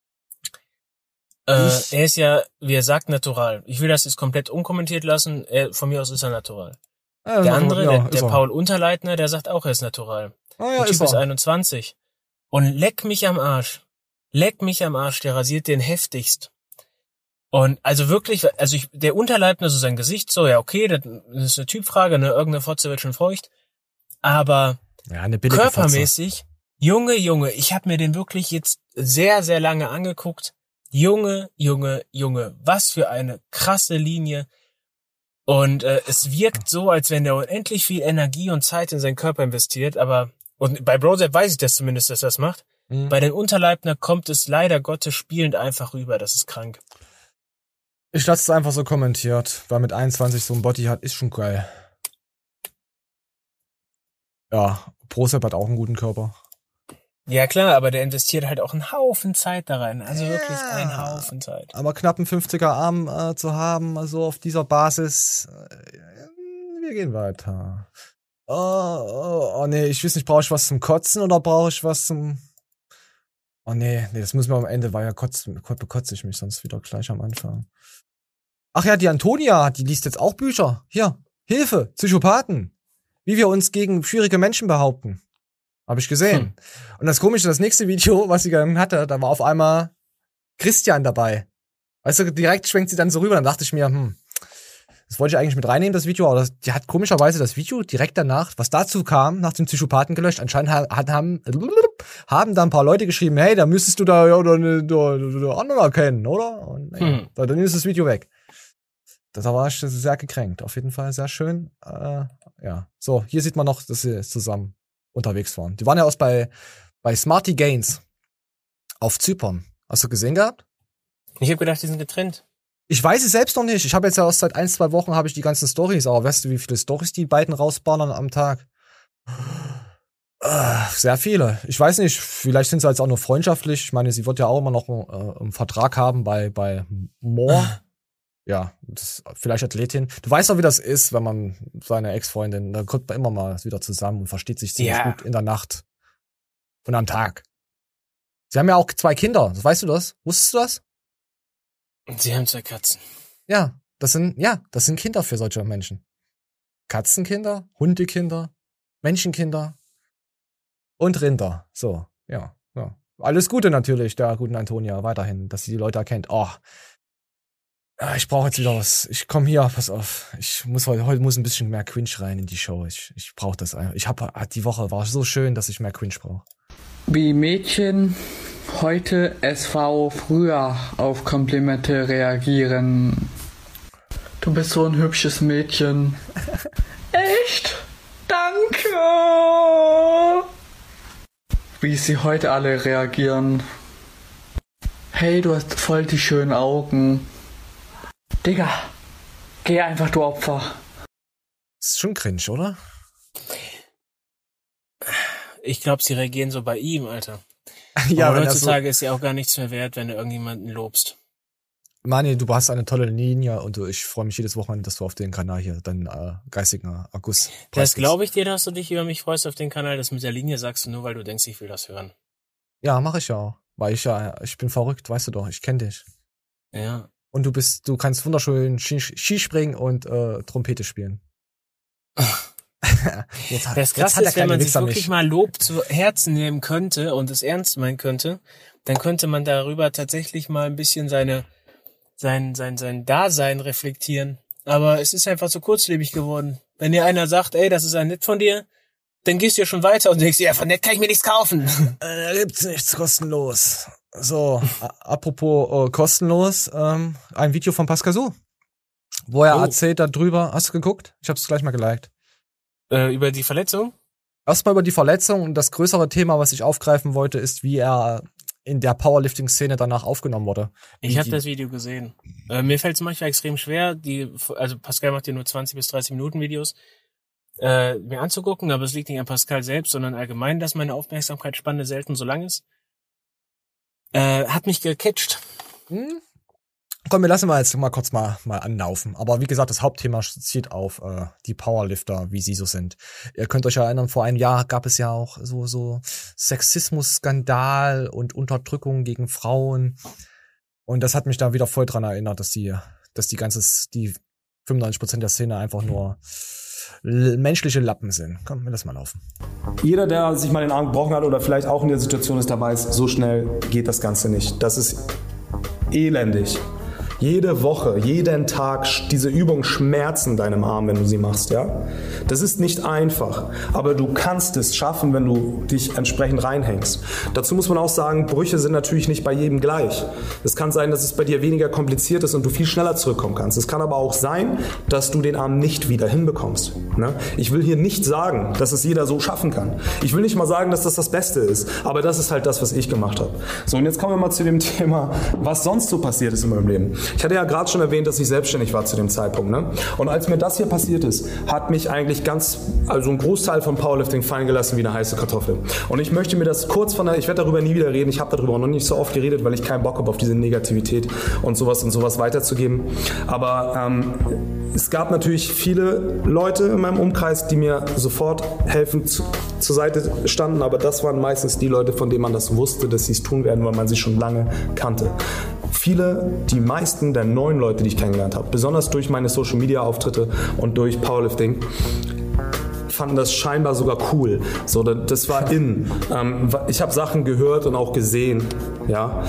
Er ist ja, wie er sagt, natural. Ich will das jetzt komplett unkommentiert lassen. Von mir aus ist er natural. Ja, der andere, ja, der Paul Unterleitner, der sagt auch, er ist natural. Ja, der Typ ist 21. Und leck mich am Arsch. Leck mich am Arsch, der rasiert den heftigst. Und also wirklich, der Unterleitner, so sein Gesicht, so, ja okay, das ist eine Typfrage, ne, irgendeine Fotze wird schon feucht. Aber ja, eine billige körpermäßig, Fotze. Junge, ich habe mir den wirklich jetzt sehr, sehr lange angeguckt. Junge, was für eine krasse Linie. Und es wirkt so, als wenn der unendlich viel Energie und Zeit in seinen Körper investiert, aber, und bei Brosep weiß ich das zumindest, dass er das macht. Bei den Unterleibner kommt es leider Gottes spielend einfach rüber, das ist krank. Ich lasse es einfach so kommentiert, weil mit 21 so ein Body hat, ist schon geil. Ja, Brosep hat auch einen guten Körper. Ja klar, aber der investiert halt auch einen Haufen Zeit da rein. Also wirklich einen Haufen Zeit. Aber knapp einen 50er Arm zu haben, also auf dieser Basis, wir gehen weiter. Oh nee, ich weiß nicht, brauche ich was zum Kotzen oder brauche ich was zum... Oh nee, das müssen wir am Ende, weil ja bekotze ich mich sonst wieder gleich am Anfang. Ach ja, die Antonia, die liest jetzt auch Bücher. Hier, Hilfe, Psychopathen. Wie wir uns gegen schwierige Menschen behaupten. Habe ich gesehen. Und das Komische, das nächste Video, was sie dann hatte, da war auf einmal Christian dabei. Weißt du, direkt schwenkt sie dann so rüber. Dann dachte ich mir, das wollte ich eigentlich mit reinnehmen, das Video, aber die hat komischerweise das Video direkt danach, was dazu kam, nach dem Psychopathen gelöscht. Anscheinend haben da ein paar Leute geschrieben, hey, da müsstest du da ja oder anderen erkennen, oder? Und dann ist das Video weg. Da war ich sehr gekränkt. Auf jeden Fall sehr schön. Ja. So, hier sieht man noch, dass sie zusammen unterwegs waren. Die waren ja bei Smarty Gains auf Zypern. Hast du gesehen gehabt? Ich habe gedacht, die sind getrennt. Ich weiß es selbst noch nicht. Ich habe jetzt ja erst seit 1-2 Wochen habe ich die ganzen Storys, aber weißt du, wie viele Storys die beiden rausballern am Tag? Sehr viele. Ich weiß nicht, vielleicht sind sie jetzt auch nur freundschaftlich. Ich meine, sie wird ja auch immer noch einen Vertrag haben bei Moore. Ja, vielleicht Athletin. Du weißt doch, wie das ist, wenn man seine Ex-Freundin, da kommt man immer mal wieder zusammen und versteht sich ziemlich gut in der Nacht und am Tag. Sie haben ja auch 2 Kinder. Weißt du das? Wusstest du das? Sie haben 2 Katzen. Ja, das sind Kinder für solche Menschen. Katzenkinder, Hundekinder, Menschenkinder und Rinder. So, ja. Alles Gute natürlich der guten Antonia weiterhin, dass sie die Leute erkennt. Oh, ich brauche jetzt wieder was. Ich komme hier, pass auf. Heute muss ein bisschen mehr Cringe rein in die Show. Ich brauche das einfach. Die Woche war so schön, dass ich mehr Cringe brauche. Wie Mädchen heute SV früher auf Komplimente reagieren. Du bist so ein hübsches Mädchen. Echt? Danke. Wie sie heute alle reagieren. Hey, du hast voll die schönen Augen. Digga, geh einfach, du Opfer. Das ist schon cringe, oder? Ich glaube, sie reagieren so bei ihm, Alter. Ja, aber heutzutage ist ja auch gar nichts mehr wert, wenn du irgendjemanden lobst. Mani, du hast eine tolle Linie und ich freue mich jedes Wochenende, dass du auf den Kanal hier deinen geistigen Akkus preisgibst. Das glaube ich dir, dass du dich über mich freust auf den Kanal. Das mit der Linie sagst du nur, weil du denkst, ich will das hören. Ja, mache ich ja auch. Weil ich bin verrückt, weißt du doch, ich kenne dich. Ja. Und du kannst wunderschön Skispringen und Trompete spielen. Das Krasse ist, wenn man sich wirklich mal Lob zu Herzen nehmen könnte und es ernst meinen könnte, dann könnte man darüber tatsächlich mal ein bisschen sein Dasein reflektieren. Aber es ist einfach so kurzlebig geworden. Wenn dir einer sagt, ey, das ist ein nett von dir, dann gehst du ja schon weiter und denkst dir, ja, von nett kann ich mir nichts kaufen. Da gibt's nichts kostenlos. So, apropos kostenlos, ein Video von Pascal Su, wo er erzählt darüber. Hast du geguckt? Ich hab's gleich mal geliked. Über die Verletzung? Erstmal über die Verletzung, und das größere Thema, was ich aufgreifen wollte, ist, wie er in der Powerlifting-Szene danach aufgenommen wurde. Ich habe das Video gesehen. Mir fällt es manchmal extrem schwer, also Pascal macht ja nur 20 bis 30 Minuten Videos, mir anzugucken, aber es liegt nicht an Pascal selbst, sondern allgemein, dass meine Aufmerksamkeitsspanne selten so lang ist. Hat mich gecatcht. Komm, wir lassen mal jetzt mal kurz mal anlaufen. Aber wie gesagt, das Hauptthema zielt auf die Powerlifter, wie sie so sind. Ihr könnt euch erinnern, vor einem Jahr gab es ja auch so Sexismus-Skandal und Unterdrückung gegen Frauen. Und das hat mich da wieder voll dran erinnert, dass die 95% der Szene einfach nur menschliche Lappen sind. Komm, wir lassen mal laufen. Jeder, der sich mal den Arm gebrochen hat oder vielleicht auch in der Situation ist, der weiß, so schnell geht das Ganze nicht. Das ist elendig. Jede Woche, jeden Tag diese Übungen schmerzen deinem Arm, wenn du sie machst, ja? Das ist nicht einfach, aber du kannst es schaffen, wenn du dich entsprechend reinhängst. Dazu muss man auch sagen, Brüche sind natürlich nicht bei jedem gleich. Es kann sein, dass es bei dir weniger kompliziert ist und du viel schneller zurückkommen kannst. Es kann aber auch sein, dass du den Arm nicht wieder hinbekommst, ne? Ich will hier nicht sagen, dass es jeder so schaffen kann. Ich will nicht mal sagen, dass das Beste ist, aber das ist halt das, was ich gemacht habe. So, und jetzt kommen wir mal zu dem Thema, was sonst so passiert ist in meinem Leben. Ich hatte ja gerade schon erwähnt, dass ich selbstständig war zu dem Zeitpunkt, ne? Und als mir das hier passiert ist, hat mich eigentlich ein Großteil von Powerlifting fallen gelassen wie eine heiße Kartoffel. Und ich möchte mir das ich werde darüber nie wieder reden, ich habe darüber noch nicht so oft geredet, weil ich keinen Bock habe auf diese Negativität und sowas weiterzugeben. Aber es gab natürlich viele Leute in meinem Umkreis, die mir sofort helfend zur Seite standen, aber das waren meistens die Leute, von denen man das wusste, dass sie es tun werden, weil man sie schon lange kannte. Die meisten der neuen Leute, die ich kennengelernt habe, besonders durch meine Social-Media-Auftritte und durch Powerlifting, fanden das scheinbar sogar cool. So, das war in. Ich habe Sachen gehört und auch gesehen. Ja.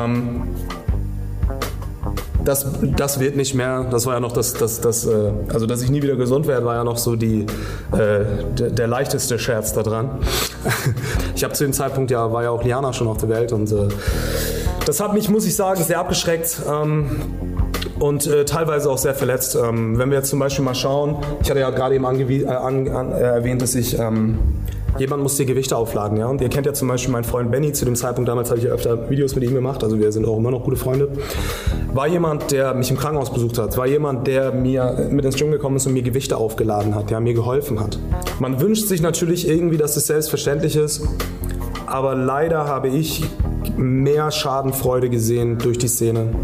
Das wird nicht mehr. Das war ja noch also dass ich nie wieder gesund werde, war ja noch so der leichteste Scherz da dran. Ich habe zu dem Zeitpunkt war ja auch Liana schon auf der Welt und das hat mich, muss ich sagen, sehr abgeschreckt und teilweise auch sehr verletzt. Wenn wir jetzt zum Beispiel mal schauen, ich hatte ja gerade eben erwähnt, dass jemand muss die Gewichte aufladen, ja. Und ihr kennt ja zum Beispiel meinen Freund Benny, zu dem Zeitpunkt damals habe ich ja öfter Videos mit ihm gemacht, also wir sind auch immer noch gute Freunde. War jemand, der mich im Krankenhaus besucht hat, war jemand, der mir mit ins Gym gekommen ist und mir Gewichte aufgeladen hat, der mir geholfen hat. Man wünscht sich natürlich irgendwie, dass das selbstverständlich ist, aber leider habe ich mehr Schadenfreude gesehen durch die Szene.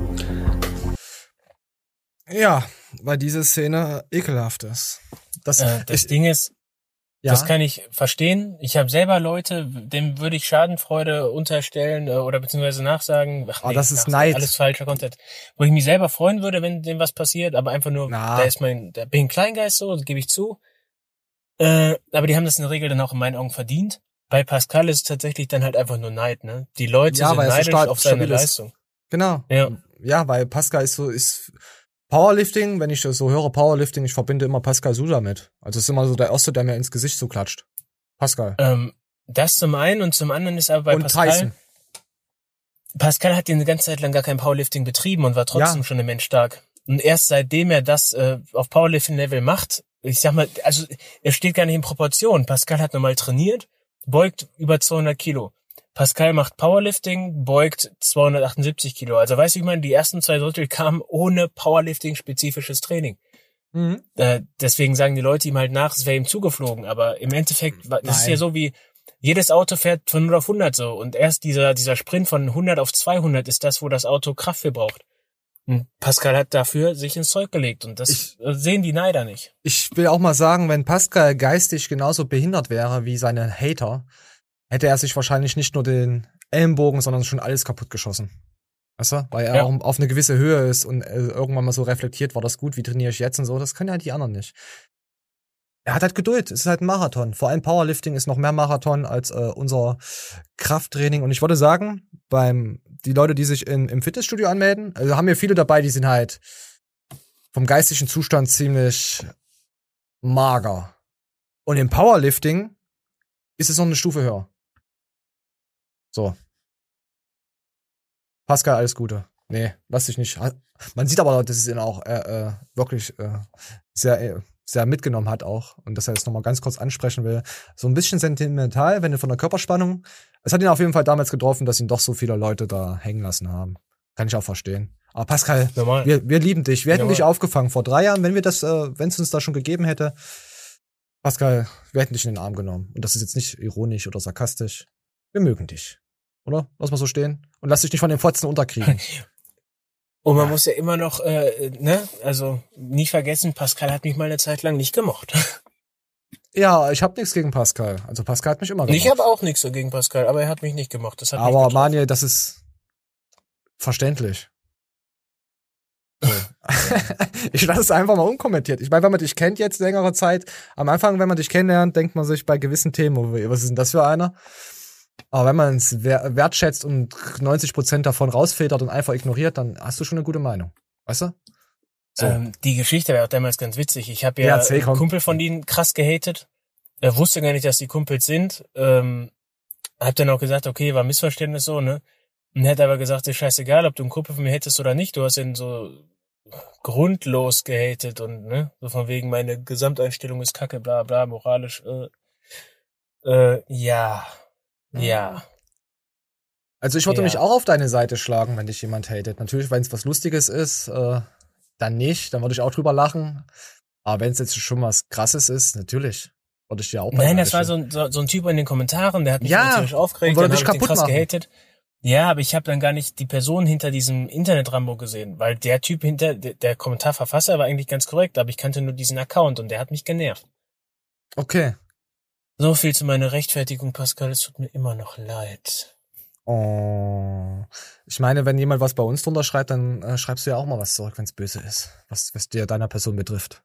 Ja, weil diese Szene ekelhaft ist. Das Ding ist, das kann ich verstehen. Ich habe selber Leute, dem würde ich Schadenfreude unterstellen oder beziehungsweise nachsagen. Das ist Neid. Alles falscher Content. Wo ich mich selber freuen würde, wenn dem was passiert, aber einfach nur, da bin ich ein Kleingeist so, das gebe ich zu. Aber die haben das in der Regel dann auch in meinen Augen verdient. Bei Pascal ist es tatsächlich dann halt einfach nur Neid, ne? Die Leute sind neidisch auf seine Leistung. Genau. Ja, weil Pascal ist Powerlifting, wenn ich das so höre, Powerlifting, ich verbinde immer Pascal Su damit. Also es ist immer so der Erste, der mir ins Gesicht so klatscht. Pascal. Das zum einen und zum anderen ist aber bei Pascal. Pascal hat eine ganze Zeit lang gar kein Powerlifting betrieben und war trotzdem schon immens stark. Und erst seitdem er das auf Powerlifting-Level macht, ich sag mal, also er steht gar nicht in Proportion. Pascal hat normal trainiert, beugt über 200 Kilo. Pascal macht Powerlifting, beugt 278 Kilo. Also weißt du, ich meine, die ersten 2 Drittel kamen ohne Powerlifting-spezifisches Training. Mhm. Deswegen sagen die Leute ihm halt nach, es wäre ihm zugeflogen. Aber im Endeffekt, das ist ja so wie, jedes Auto fährt von 0 auf 100 so. Und erst dieser Sprint von 100 auf 200 ist das, wo das Auto Kraft für braucht. Und Pascal hat dafür sich ins Zeug gelegt und das sehen die Neider nicht. Ich will auch mal sagen, wenn Pascal geistig genauso behindert wäre wie seine Hater, hätte er sich wahrscheinlich nicht nur den Ellenbogen, sondern schon alles kaputt geschossen. Weißt du? Weil er auch auf eine gewisse Höhe ist und irgendwann mal so reflektiert, war das gut, wie trainiere ich jetzt und so. Das können halt die anderen nicht. Er hat halt Geduld, es ist halt ein Marathon. Vor allem Powerlifting ist noch mehr Marathon als unser Krafttraining. Und ich würde sagen, die Leute, die sich im Fitnessstudio anmelden, also haben wir viele dabei, die sind halt vom geistigen Zustand ziemlich mager. Und im Powerlifting ist es noch eine Stufe höher. So. Pascal, alles Gute. Nee, lass dich nicht. Man sieht aber, dass es ihn auch wirklich sehr mitgenommen hat auch. Und dass er jetzt nochmal ganz kurz ansprechen will. So ein bisschen sentimental, wenn du von der Körperspannung. Es hat ihn auf jeden Fall damals getroffen, dass ihn doch so viele Leute da hängen lassen haben. Kann ich auch verstehen. Aber Pascal, wir lieben dich. Wir hätten dich aufgefangen vor 3 Jahren, wenn es uns da schon gegeben hätte. Pascal, wir hätten dich in den Arm genommen. Und das ist jetzt nicht ironisch oder sarkastisch. Wir mögen dich. Oder? Lass mal so stehen. Und lass dich nicht von den Fotzen unterkriegen. Und man muss ja immer noch, also nie vergessen, Pascal hat mich mal eine Zeit lang nicht gemocht. Ja, ich hab nichts gegen Pascal. Also Pascal hat mich immer gemocht. Ich habe auch nichts so gegen Pascal, aber er hat mich nicht gemocht. Das hat aber Manuel, das ist verständlich. So. Ich lasse es einfach mal unkommentiert. Ich meine, wenn man dich kennt jetzt längere Zeit, am Anfang, wenn man dich kennenlernt, denkt man sich bei gewissen Themen, was ist denn das für einer? Aber wenn man es wertschätzt und 90% davon rausfiltert und einfach ignoriert, dann hast du schon eine gute Meinung. Weißt du? So. Die Geschichte war auch damals ganz witzig. Ich habe einen Kumpel von denen krass gehatet. Er wusste gar nicht, dass die Kumpels sind. Hab dann auch gesagt, okay, war Missverständnis so, ne? Und er hat aber gesagt, ist scheißegal, ob du einen Kumpel von mir hättest oder nicht. Du hast ihn so grundlos gehatet und, ne? So von wegen, meine Gesamteinstellung ist kacke, bla bla, moralisch. Ja. Also ich würde mich auch auf deine Seite schlagen, wenn dich jemand hatet. Natürlich, wenn es was Lustiges ist, dann nicht. Dann würde ich auch drüber lachen. Aber wenn es jetzt schon was Krasses ist, natürlich würde ich dir auch. Nein, das war so ein Typ in den Kommentaren, der hat mich natürlich aufgeregt, dann habe ich den krass gehatet. Ja, aber ich habe dann gar nicht die Person hinter diesem Internet-Rambo gesehen, weil der Typ der Kommentarverfasser war eigentlich ganz korrekt, aber ich kannte nur diesen Account und der hat mich genervt. Okay. So viel zu meiner Rechtfertigung, Pascal, es tut mir immer noch leid. Oh. Ich meine, wenn jemand was bei uns drunter schreibt, dann schreibst du ja auch mal was zurück, wenn es böse ist, was dir deiner Person betrifft.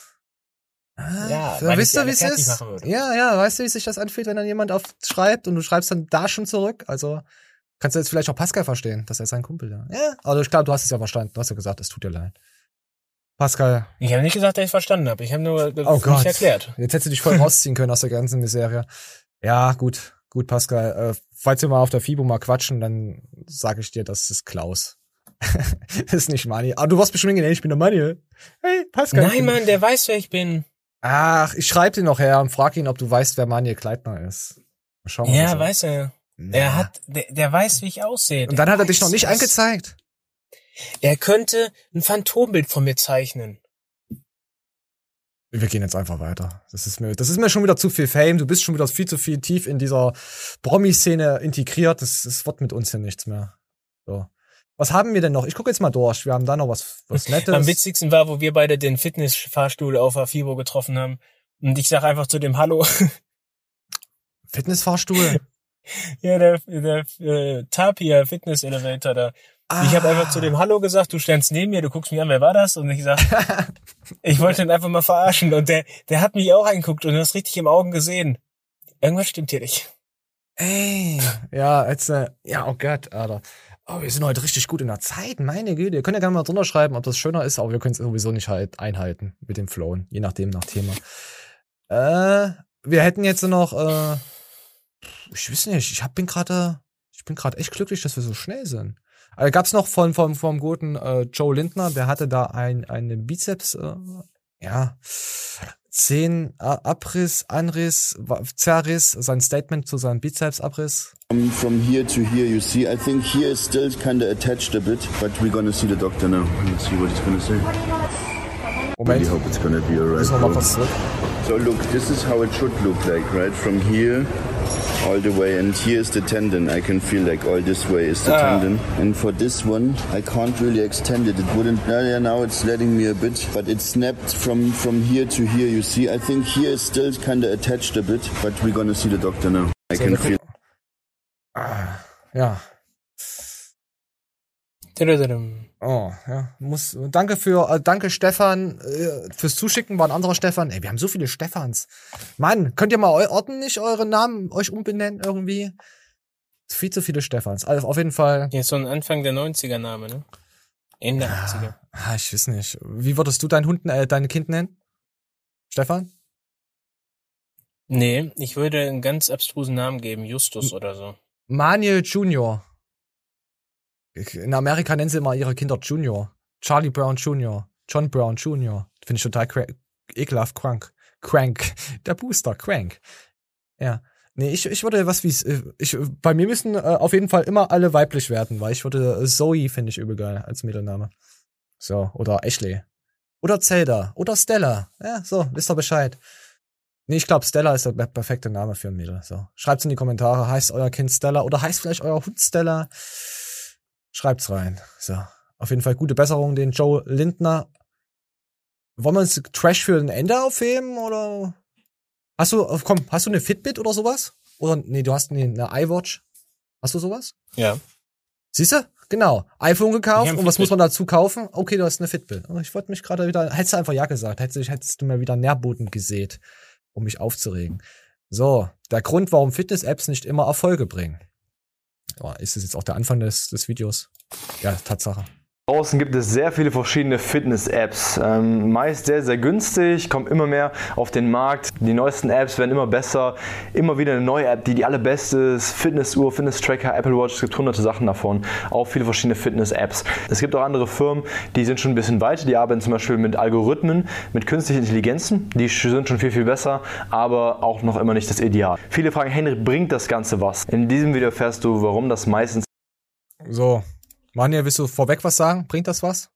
Ja, weil wisst ihr, wie es ist? Ja, weißt du, wie sich das anfühlt, wenn dann jemand schreibt und du schreibst dann da schon zurück? Also kannst du jetzt vielleicht auch Pascal verstehen, dass er sein Kumpel da. Ja, also ich glaube, du hast es ja verstanden. Du hast ja gesagt, es tut dir leid. Pascal. Ich habe nicht gesagt, dass ich verstanden habe. Ich habe nur nicht erklärt. Jetzt hättest du dich voll rausziehen können aus der ganzen Miserie. Ja, gut, Pascal. Falls wir mal auf der FIBO mal quatschen, dann sage ich dir, das ist Klaus. Das ist nicht Mani. Aber du warst bestimmt genannt, ich bin der Mani. Hey, Pascal. Nein, Mann, der weiß, wer ich bin. Ach, ich schreibe dir noch her und frage ihn, ob du weißt, wer Manuel Kleitner ist. Schauen wir mal. Weiß er. Ja. Der weiß, wie ich aussehe. Und dann hat er dich noch nicht angezeigt. Er könnte ein Phantombild von mir zeichnen. Wir gehen jetzt einfach weiter. Das ist mir schon wieder zu viel Fame. Du bist schon wieder viel zu viel tief in dieser Promi-Szene integriert. Das wird mit uns hier nichts mehr. So. Was haben wir denn noch? Ich gucke jetzt mal durch. Wir haben da noch was Nettes. Am witzigsten war, wo wir beide den Fitnessfahrstuhl auf der FIBO getroffen haben. Und ich sag einfach zu dem Hallo. Fitnessfahrstuhl? Ja, der Tapir Fitness Elevator da. Ich habe einfach zu dem Hallo gesagt, du standst neben mir, du guckst mich an, wer war das? Und ich sag, ich wollte ihn einfach mal verarschen. Und der hat mich auch angeguckt und du hast richtig im Augen gesehen. Irgendwas stimmt hier nicht. Ey, ja, oh Gott, Alter. Oh, wir sind heute richtig gut in der Zeit, meine Güte. Ihr könnt ja gerne mal drunter schreiben, ob das schöner ist, aber wir können es sowieso nicht halt einhalten mit dem Flowen, je nachdem, nach Thema. Wir hätten jetzt noch, ich weiß nicht, ich bin gerade echt glücklich, dass wir so schnell sind. Also gab's noch vom guten Joe Lindner, der hatte da eine Bizeps, 10 Abriss, Anriss, Zerriss, sein Statement zu seinem Bizeps-Abriss. From here to here, you see, I think here is still kind of attached a bit, but we're gonna see the doctor now. Let's see what he's gonna say. Moment. I hope it's gonna be alright. Müssen wir mal was zurück. So look, this is how it should look like, right? From here all the way, and here is the tendon. I can feel like all this way is the tendon. And for this one, I can't really extend it. It wouldn't. Yeah, now it's letting me a bit, but it snapped from here to here. You see, I think here is still kind of attached a bit, but we're gonna see the doctor now. I can feel. Ja. Oh, ja. Danke Stefan fürs Zuschicken. War ein anderer Stefan. Ey, wir haben so viele Stefans. Mann, könnt ihr mal ordentlich eure Namen euch umbenennen irgendwie? Viel zu viele Stefans. Also auf jeden Fall. Ja, so ein Anfang der 90er Name, ne? Ende 80er. Ich weiß nicht. Wie würdest du dein Kind nennen? Stefan? Nee, ich würde einen ganz abstrusen Namen geben. Justus oder so. Manuel Junior. In Amerika nennen sie immer ihre Kinder Junior. Charlie Brown Jr., John Brown Jr. Finde ich total ekelhaft. Crank. Der Booster, Crank. Ja. Nee, ich würde bei mir müssen auf jeden Fall immer alle weiblich werden, weil ich würde Zoe finde ich übel geil als Mädelname. So, oder Ashley. Oder Zelda. Oder Stella. Ja, so, wisst ihr Bescheid. Nee, ich glaube, Stella ist der perfekte Name für ein Mädel. So. Schreibt's in die Kommentare, heißt euer Kind Stella oder heißt vielleicht euer Hund Stella? Schreibt's rein. So. Auf jeden Fall gute Besserung, den Joe Lindner. Wollen wir uns Trash für ein Ende aufheben, oder? Hast du eine Fitbit oder sowas? Oder, nee, du hast eine iWatch. Hast du sowas? Ja. Siehst du? Genau. iPhone gekauft. Und was muss man dazu kaufen? Okay, du hast eine Fitbit. Ich wollte mich gerade wieder, hättest du einfach ja gesagt, hättest du mir wieder Nährboden gesät, um mich aufzuregen. So. Der Grund, warum Fitness-Apps nicht immer Erfolge bringen. Oh, ist das jetzt auch der Anfang des Videos? Ja, Tatsache. Draußen gibt es sehr viele verschiedene Fitness-Apps, meist sehr, sehr günstig, kommen immer mehr auf den Markt. Die neuesten Apps werden immer besser, immer wieder eine neue App, die allerbeste ist. Fitnessuhr, Fitness-Tracker, Apple Watch, es gibt hunderte Sachen davon, auch viele verschiedene Fitness-Apps. Es gibt auch andere Firmen, die sind schon ein bisschen weiter, die arbeiten zum Beispiel mit Algorithmen, mit künstlichen Intelligenzen, die sind schon viel, viel besser, aber auch noch immer nicht das Ideal. Viele fragen, Henry, bringt das Ganze was? In diesem Video erfährst du, warum das meistens... So. Manja, willst du vorweg was sagen? Bringt das was?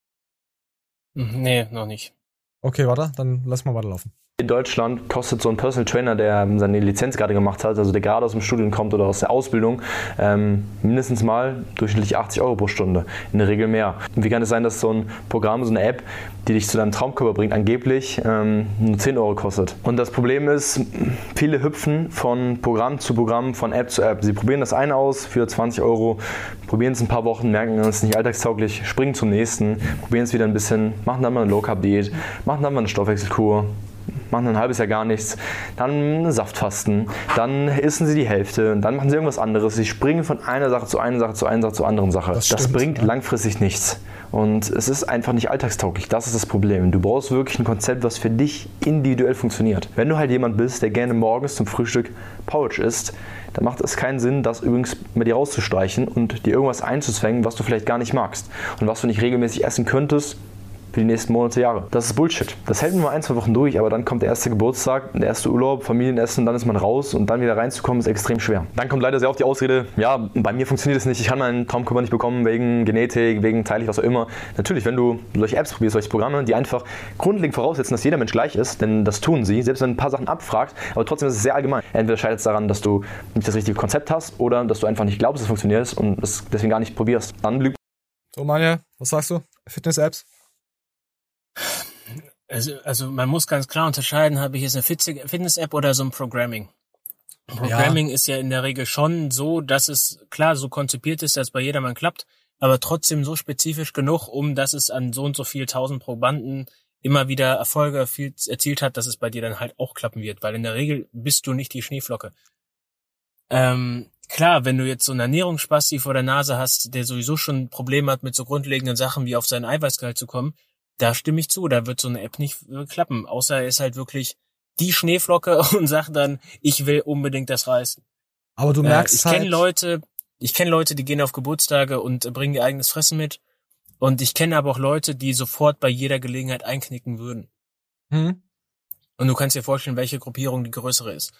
Nee, noch nicht. Okay, warte, dann lass mal weiterlaufen. In Deutschland kostet so ein Personal Trainer, der seine Lizenz gerade gemacht hat, also der gerade aus dem Studium kommt oder aus der Ausbildung, mindestens mal durchschnittlich 80 € pro Stunde. In der Regel mehr. Und wie kann es sein, dass so ein Programm, so eine App, die dich zu deinem Traumkörper bringt, angeblich nur 10 € kostet? Und das Problem ist, viele hüpfen von Programm zu Programm, von App zu App. Sie probieren das eine aus für 20 €, probieren es ein paar Wochen, merken, es ist nicht alltagstauglich, springen zum nächsten, probieren es wieder ein bisschen, machen dann mal eine Low-Carb-Diät, machen dann mal eine Stoffwechselkur, machen ein halbes Jahr gar nichts, dann eine Saftfasten, dann essen sie die Hälfte und dann machen sie irgendwas anderes. Sie springen von einer Sache zu einer Sache zu einer Sache zu anderen Sache. Das bringt langfristig nichts. Und es ist einfach nicht alltagstauglich. Das ist das Problem. Du brauchst wirklich ein Konzept, was für dich individuell funktioniert. Wenn du halt jemand bist, der gerne morgens zum Frühstück Porridge isst, dann macht es keinen Sinn, das übrigens mit dir rauszustreichen und dir irgendwas einzuzwängen, was du vielleicht gar nicht magst und was du nicht regelmäßig essen könntest für die nächsten Monate, Jahre. Das ist Bullshit. Das hält man mal 1-2 Wochen durch, aber dann kommt der erste Geburtstag, der erste Urlaub, Familienessen, dann ist man raus und dann wieder reinzukommen ist extrem schwer. Dann kommt leider sehr oft die Ausrede, ja, bei mir funktioniert es nicht, ich kann meinen Traumkörper nicht bekommen wegen Genetik, wegen zeitlich, was auch immer. Natürlich, wenn du solche Apps probierst, solche Programme, die einfach grundlegend voraussetzen, dass jeder Mensch gleich ist, denn das tun sie, selbst wenn ein paar Sachen abfragt, aber trotzdem ist es sehr allgemein. Entweder scheitert es daran, dass du nicht das richtige Konzept hast oder dass du einfach nicht glaubst, dass es funktioniert und es deswegen gar nicht probierst. Dann lügt. So, Manja, was sagst du? Fitness-Apps? Also man muss ganz klar unterscheiden, habe ich jetzt eine Fitness-App oder so ein Programming. Programming ist ja in der Regel schon so, dass es klar so konzipiert ist, dass es bei jedermann klappt, aber trotzdem so spezifisch genug, dass es an so und so viel 1000 Probanden immer wieder Erfolge erzielt hat, dass es bei dir dann halt auch klappen wird, weil in der Regel bist du nicht die Schneeflocke. Klar, wenn du jetzt so einen Ernährungsspasti vor der Nase hast, der sowieso schon Probleme hat mit so grundlegenden Sachen wie auf seinen Eiweißgehalt zu kommen, da stimme ich zu, da wird so eine App nicht klappen, außer er ist halt wirklich die Schneeflocke und sagt dann, ich will unbedingt das reißen. Aber du merkst ich kenne Leute, die gehen auf Geburtstage und bringen ihr eigenes Fressen mit und ich kenne aber auch Leute, die sofort bei jeder Gelegenheit einknicken würden. Und du kannst dir vorstellen, welche Gruppierung die größere ist.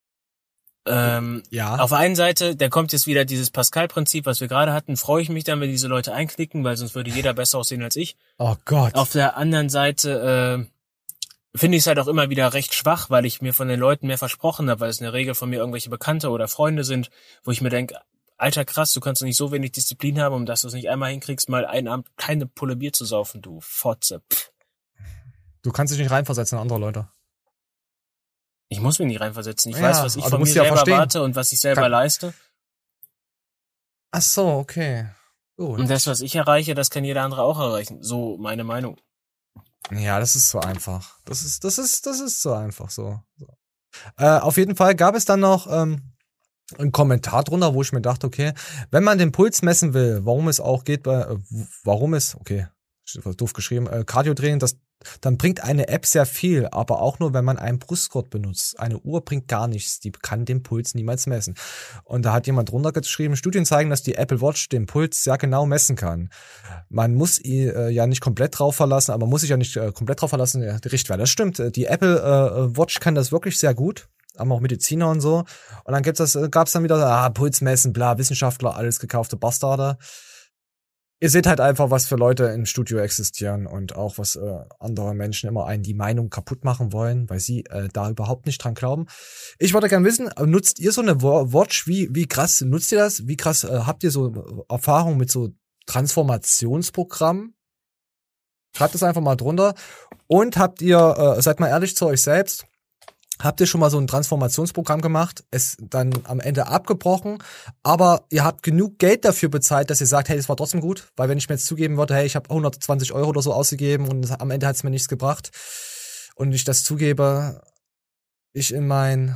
Ja. Auf der einen Seite, da kommt jetzt wieder dieses Pascal-Prinzip, was wir gerade hatten, freue ich mich dann, wenn diese Leute einknicken, weil sonst würde jeder besser aussehen als ich. Oh Gott. Auf der anderen Seite finde ich es halt auch immer wieder recht schwach, weil ich mir von den Leuten mehr versprochen habe, weil es in der Regel von mir irgendwelche Bekannte oder Freunde sind, wo ich mir denke, Alter, krass, du kannst doch nicht so wenig Disziplin haben, um dass du es nicht einmal hinkriegst, mal einen Abend keine Pulle Bier zu saufen, du Fotze. Du kannst dich nicht reinversetzen in andere Leute. Ich muss mich nicht reinversetzen. Ich Ja, weiß, was ich aber von du mir musst ja selber verstehen. erwarte und was ich selber leiste. Ach so, okay. Gut. Und das, was ich erreiche, das kann jeder andere auch erreichen. So meine Meinung. Ja, das ist so einfach. Das ist so einfach so. Auf jeden Fall gab es dann noch einen Kommentar drunter, wo ich mir dachte, okay, wenn man den Puls messen will, warum es auch geht okay, doof geschrieben, Cardio-Training, dann bringt eine App sehr viel, aber auch nur, wenn man einen Brustgurt benutzt. Eine Uhr bringt gar nichts, die kann den Puls niemals messen. Und da hat jemand drunter geschrieben, Studien zeigen, dass die Apple Watch den Puls sehr genau messen kann. Man muss ja nicht komplett drauf verlassen, aber man muss sich ja nicht komplett drauf verlassen, ja, die Richtwerte. Das stimmt, die Apple Watch kann das wirklich sehr gut, haben auch Mediziner und so. Und dann gab's dann wieder, Puls messen, bla, Wissenschaftler, alles gekaufte Bastarde. Ihr seht halt einfach, was für Leute im Studio existieren und auch was andere Menschen immer einen die Meinung kaputt machen wollen, weil sie da überhaupt nicht dran glauben. Ich wollte gerne wissen, nutzt ihr so eine Watch? Wie krass nutzt ihr das? Wie krass habt ihr so Erfahrung mit so Transformationsprogrammen? Schreibt das einfach mal drunter. Und habt ihr, seid mal ehrlich zu euch selbst, habt ihr schon mal so ein Transformationsprogramm gemacht, es dann am Ende abgebrochen, aber ihr habt genug Geld dafür bezahlt, dass ihr sagt, hey, das war trotzdem gut, weil wenn ich mir jetzt zugeben würde, hey, ich habe 120 € oder so ausgegeben und am Ende hat es mir nichts gebracht und ich das zugebe, ich in mein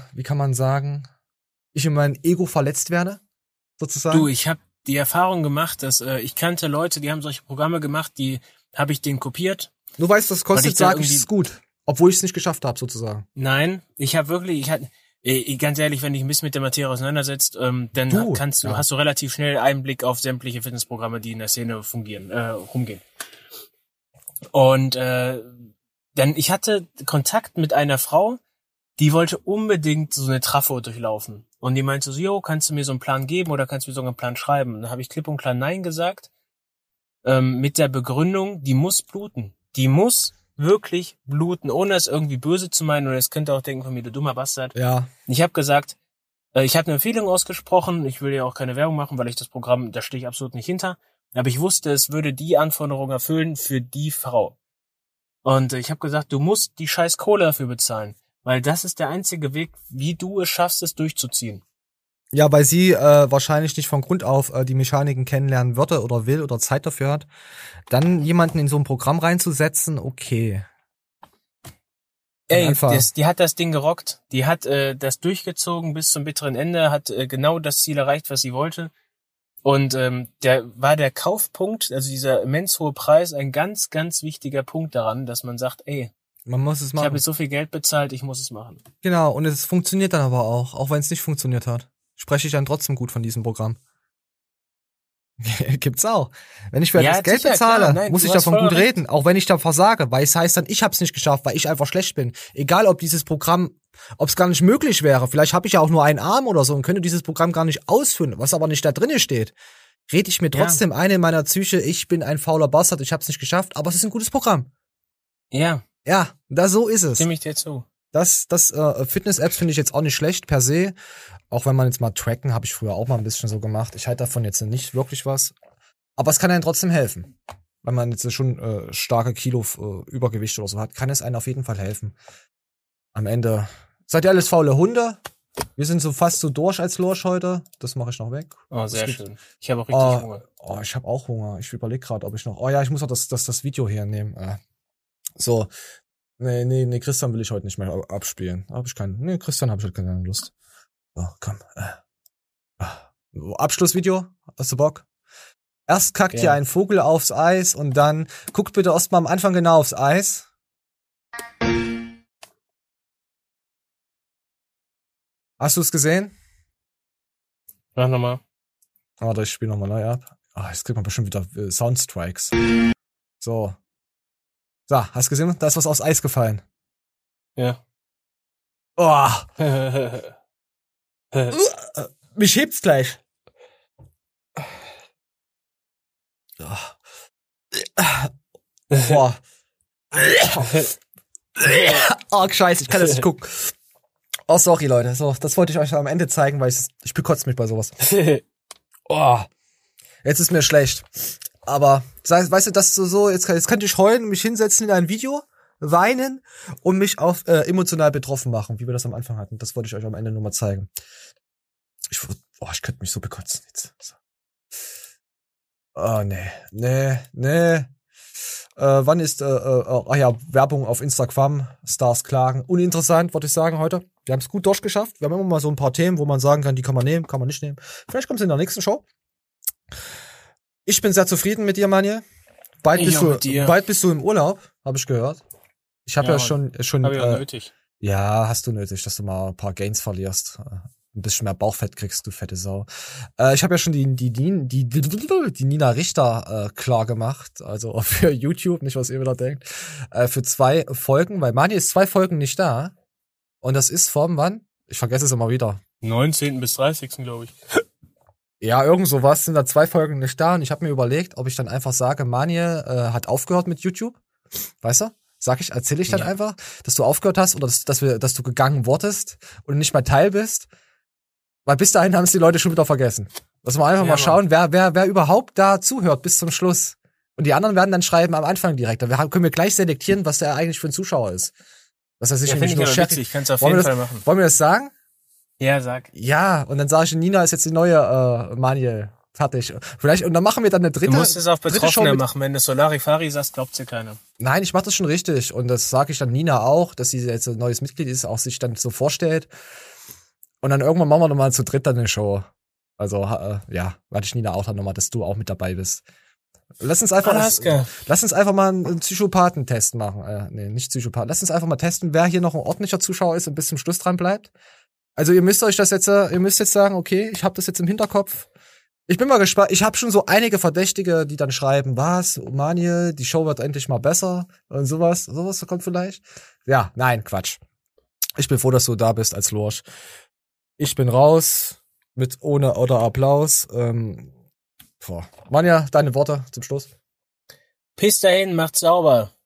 Ego verletzt werde, sozusagen? Du, ich habe die Erfahrung gemacht, dass ich kannte Leute, die haben solche Programme gemacht, die habe ich denen kopiert. Du weißt, das kostet, sag ich, ist gut. Obwohl ich es nicht geschafft habe, sozusagen. Nein, ganz ehrlich, wenn dich ein bisschen mit der Materie auseinandersetzt, dann hast du relativ schnell Einblick auf sämtliche Fitnessprogramme, die in der Szene rumgehen. Und ich hatte Kontakt mit einer Frau, die wollte unbedingt so eine Trafo durchlaufen. Und die meinte so, jo, kannst du mir so einen Plan geben oder kannst du mir so einen Plan schreiben? Und dann habe ich klipp und klar Nein gesagt, mit der Begründung, die muss bluten. Die muss wirklich bluten, ohne es irgendwie böse zu meinen, oder es könnte auch denken von mir, du dummer Bastard. Ja. Ich habe gesagt, ich habe eine Empfehlung ausgesprochen, ich will ja auch keine Werbung machen, weil ich das Programm, da stehe ich absolut nicht hinter, aber ich wusste, es würde die Anforderungen erfüllen für die Frau. Und ich habe gesagt, du musst die scheiß Kohle dafür bezahlen, weil das ist der einzige Weg, wie du es schaffst, es durchzuziehen. Ja, weil sie wahrscheinlich nicht von Grund auf die Mechaniken kennenlernen würde oder will oder Zeit dafür hat. Dann jemanden in so ein Programm reinzusetzen, okay. Ey, die hat das Ding gerockt. Die hat das durchgezogen bis zum bitteren Ende, hat genau das Ziel erreicht, was sie wollte. Und der Kaufpunkt, also dieser immens hohe Preis, ein ganz, ganz wichtiger Punkt daran, dass man sagt, ey, man muss es machen. Ich habe jetzt so viel Geld bezahlt, ich muss es machen. Genau, und es funktioniert dann aber auch wenn es nicht funktioniert hat. Spreche ich dann trotzdem gut von diesem Programm. Gibt's auch. Wenn ich für das Geld bezahle, muss ich davon gut reden, auch wenn ich da versage, weil es heißt dann, ich hab's nicht geschafft, weil ich einfach schlecht bin. Egal, ob dieses Programm, ob es gar nicht möglich wäre, vielleicht habe ich ja auch nur einen Arm oder so und könnte dieses Programm gar nicht ausführen, was aber nicht da drinne steht. Rede ich mir trotzdem ein in meiner Psyche, ich bin ein fauler Bastard, ich hab's nicht geschafft, aber es ist ein gutes Programm. Ja. Ja, so ist es. Stimme ich dir zu. Das Fitness-Apps finde ich jetzt auch nicht schlecht per se. Auch wenn man jetzt mal tracken, habe ich früher auch mal ein bisschen so gemacht. Ich halte davon jetzt nicht wirklich was. Aber es kann einem trotzdem helfen. Wenn man jetzt schon starke Kilo Übergewicht oder so hat, kann es einem auf jeden Fall helfen. Am Ende seid ihr alles faule Hunde. Wir sind so fast so durch als Lurch heute. Das mache ich noch weg. Oh, sehr schön. Ich habe auch richtig Hunger. Oh, ich habe auch Hunger. Ich überlege gerade, ob ich noch... Oh ja, ich muss auch das Video hernehmen. So. Nee, Christian will ich heute nicht mehr abspielen. Christian habe ich heute keine Lust. So, komm. Abschlussvideo. Hast du Bock? Erst kackt ihr ein Vogel aufs Eis und dann guckt bitte erst mal am Anfang genau aufs Eis. Hast du es gesehen? Mach nochmal. Warte, ich spiele nochmal neu ab. Jetzt kriegt man bestimmt wieder Soundstrikes. So, hast du gesehen? Da ist was aufs Eis gefallen. Ja. Oh. Mich hebt's gleich. Boah. Oh, scheiße, ich kann das nicht gucken. Oh, sorry, Leute. So, das wollte ich euch am Ende zeigen, weil ich bekotze mich bei sowas. Oh, jetzt ist mir schlecht. Aber, weißt du, das so, jetzt könnte ich heulen, mich hinsetzen in ein Video, weinen und mich auf emotional betroffen machen, wie wir das am Anfang hatten. Das wollte ich euch am Ende nur mal zeigen. Ich könnte mich so bekotzen jetzt. So. Oh, nee. Wann ist, Werbung auf Instagram, Stars klagen. Uninteressant, wollte ich sagen, heute. Wir haben es gut durchgeschafft. Wir haben immer mal so ein paar Themen, wo man sagen kann, die kann man nehmen, kann man nicht nehmen. Vielleicht kommt es in der nächsten Show. Ich bin sehr zufrieden mit dir, Manje. Bald bist du im Urlaub, habe ich gehört. Ich habe ja schon. Hab ich auch nötig. Ja, hast du nötig, dass du mal ein paar Gains verlierst. Ein bisschen mehr Bauchfett kriegst, du fette Sau. Ich habe ja schon die Nina Richter klar gemacht, also für YouTube, nicht was ihr wieder denkt, für 2 Folgen, weil Mani ist 2 Folgen nicht da. Und das ist vom wann? Ich vergesse es immer wieder. 19. bis 30. glaube ich. Ja, irgend sowas, sind da 2 Folgen nicht da. Und ich habe mir überlegt, ob ich dann einfach sage, Mani hat aufgehört mit YouTube. Weißt du? Erzähle ich dann einfach, dass du aufgehört hast oder dass du gegangen wurdest und nicht mehr Teil bist. Weil bis dahin haben es die Leute schon wieder vergessen. Lass mal einfach mal schauen, wer überhaupt da zuhört bis zum Schluss. Und die anderen werden dann schreiben am Anfang direkt. Da können wir gleich selektieren, was der eigentlich für ein Zuschauer ist. Dass er sich nicht nur witzig. Ich kann es auf jeden Fall machen. Wollen wir das sagen? Ja, sag. Ja, und dann sage ich, Nina ist jetzt die neue Manuel. Fertig. Vielleicht, und dann machen wir dann eine dritte. Du musst es auf Betroffene machen. Wenn du Solarifari sagst, glaubt sie keiner. Nein, ich mache das schon richtig. Und das sage ich dann Nina auch, dass sie jetzt ein neues Mitglied ist, auch sich dann so vorstellt. Und dann irgendwann machen wir nochmal zu dritt dann eine Show. Also, warte ich Nina auch dann nochmal, dass du auch mit dabei bist. Lass uns einfach mal einen Psychopathentest machen. Nicht Psychopath. Lass uns einfach mal testen, wer hier noch ein ordentlicher Zuschauer ist und bis zum Schluss dran bleibt. Also ihr müsst jetzt sagen, okay, ich habe das jetzt im Hinterkopf. Ich bin mal gespannt. Ich habe schon so einige Verdächtige, die dann schreiben, was, Manje, die Show wird endlich mal besser und sowas. Sowas kommt vielleicht. Ja, nein, Quatsch. Ich bin froh, dass du da bist als Lorsch. Ich bin raus mit ohne oder Applaus. Manja, deine Worte zum Schluss. Bis dahin, macht's sauber.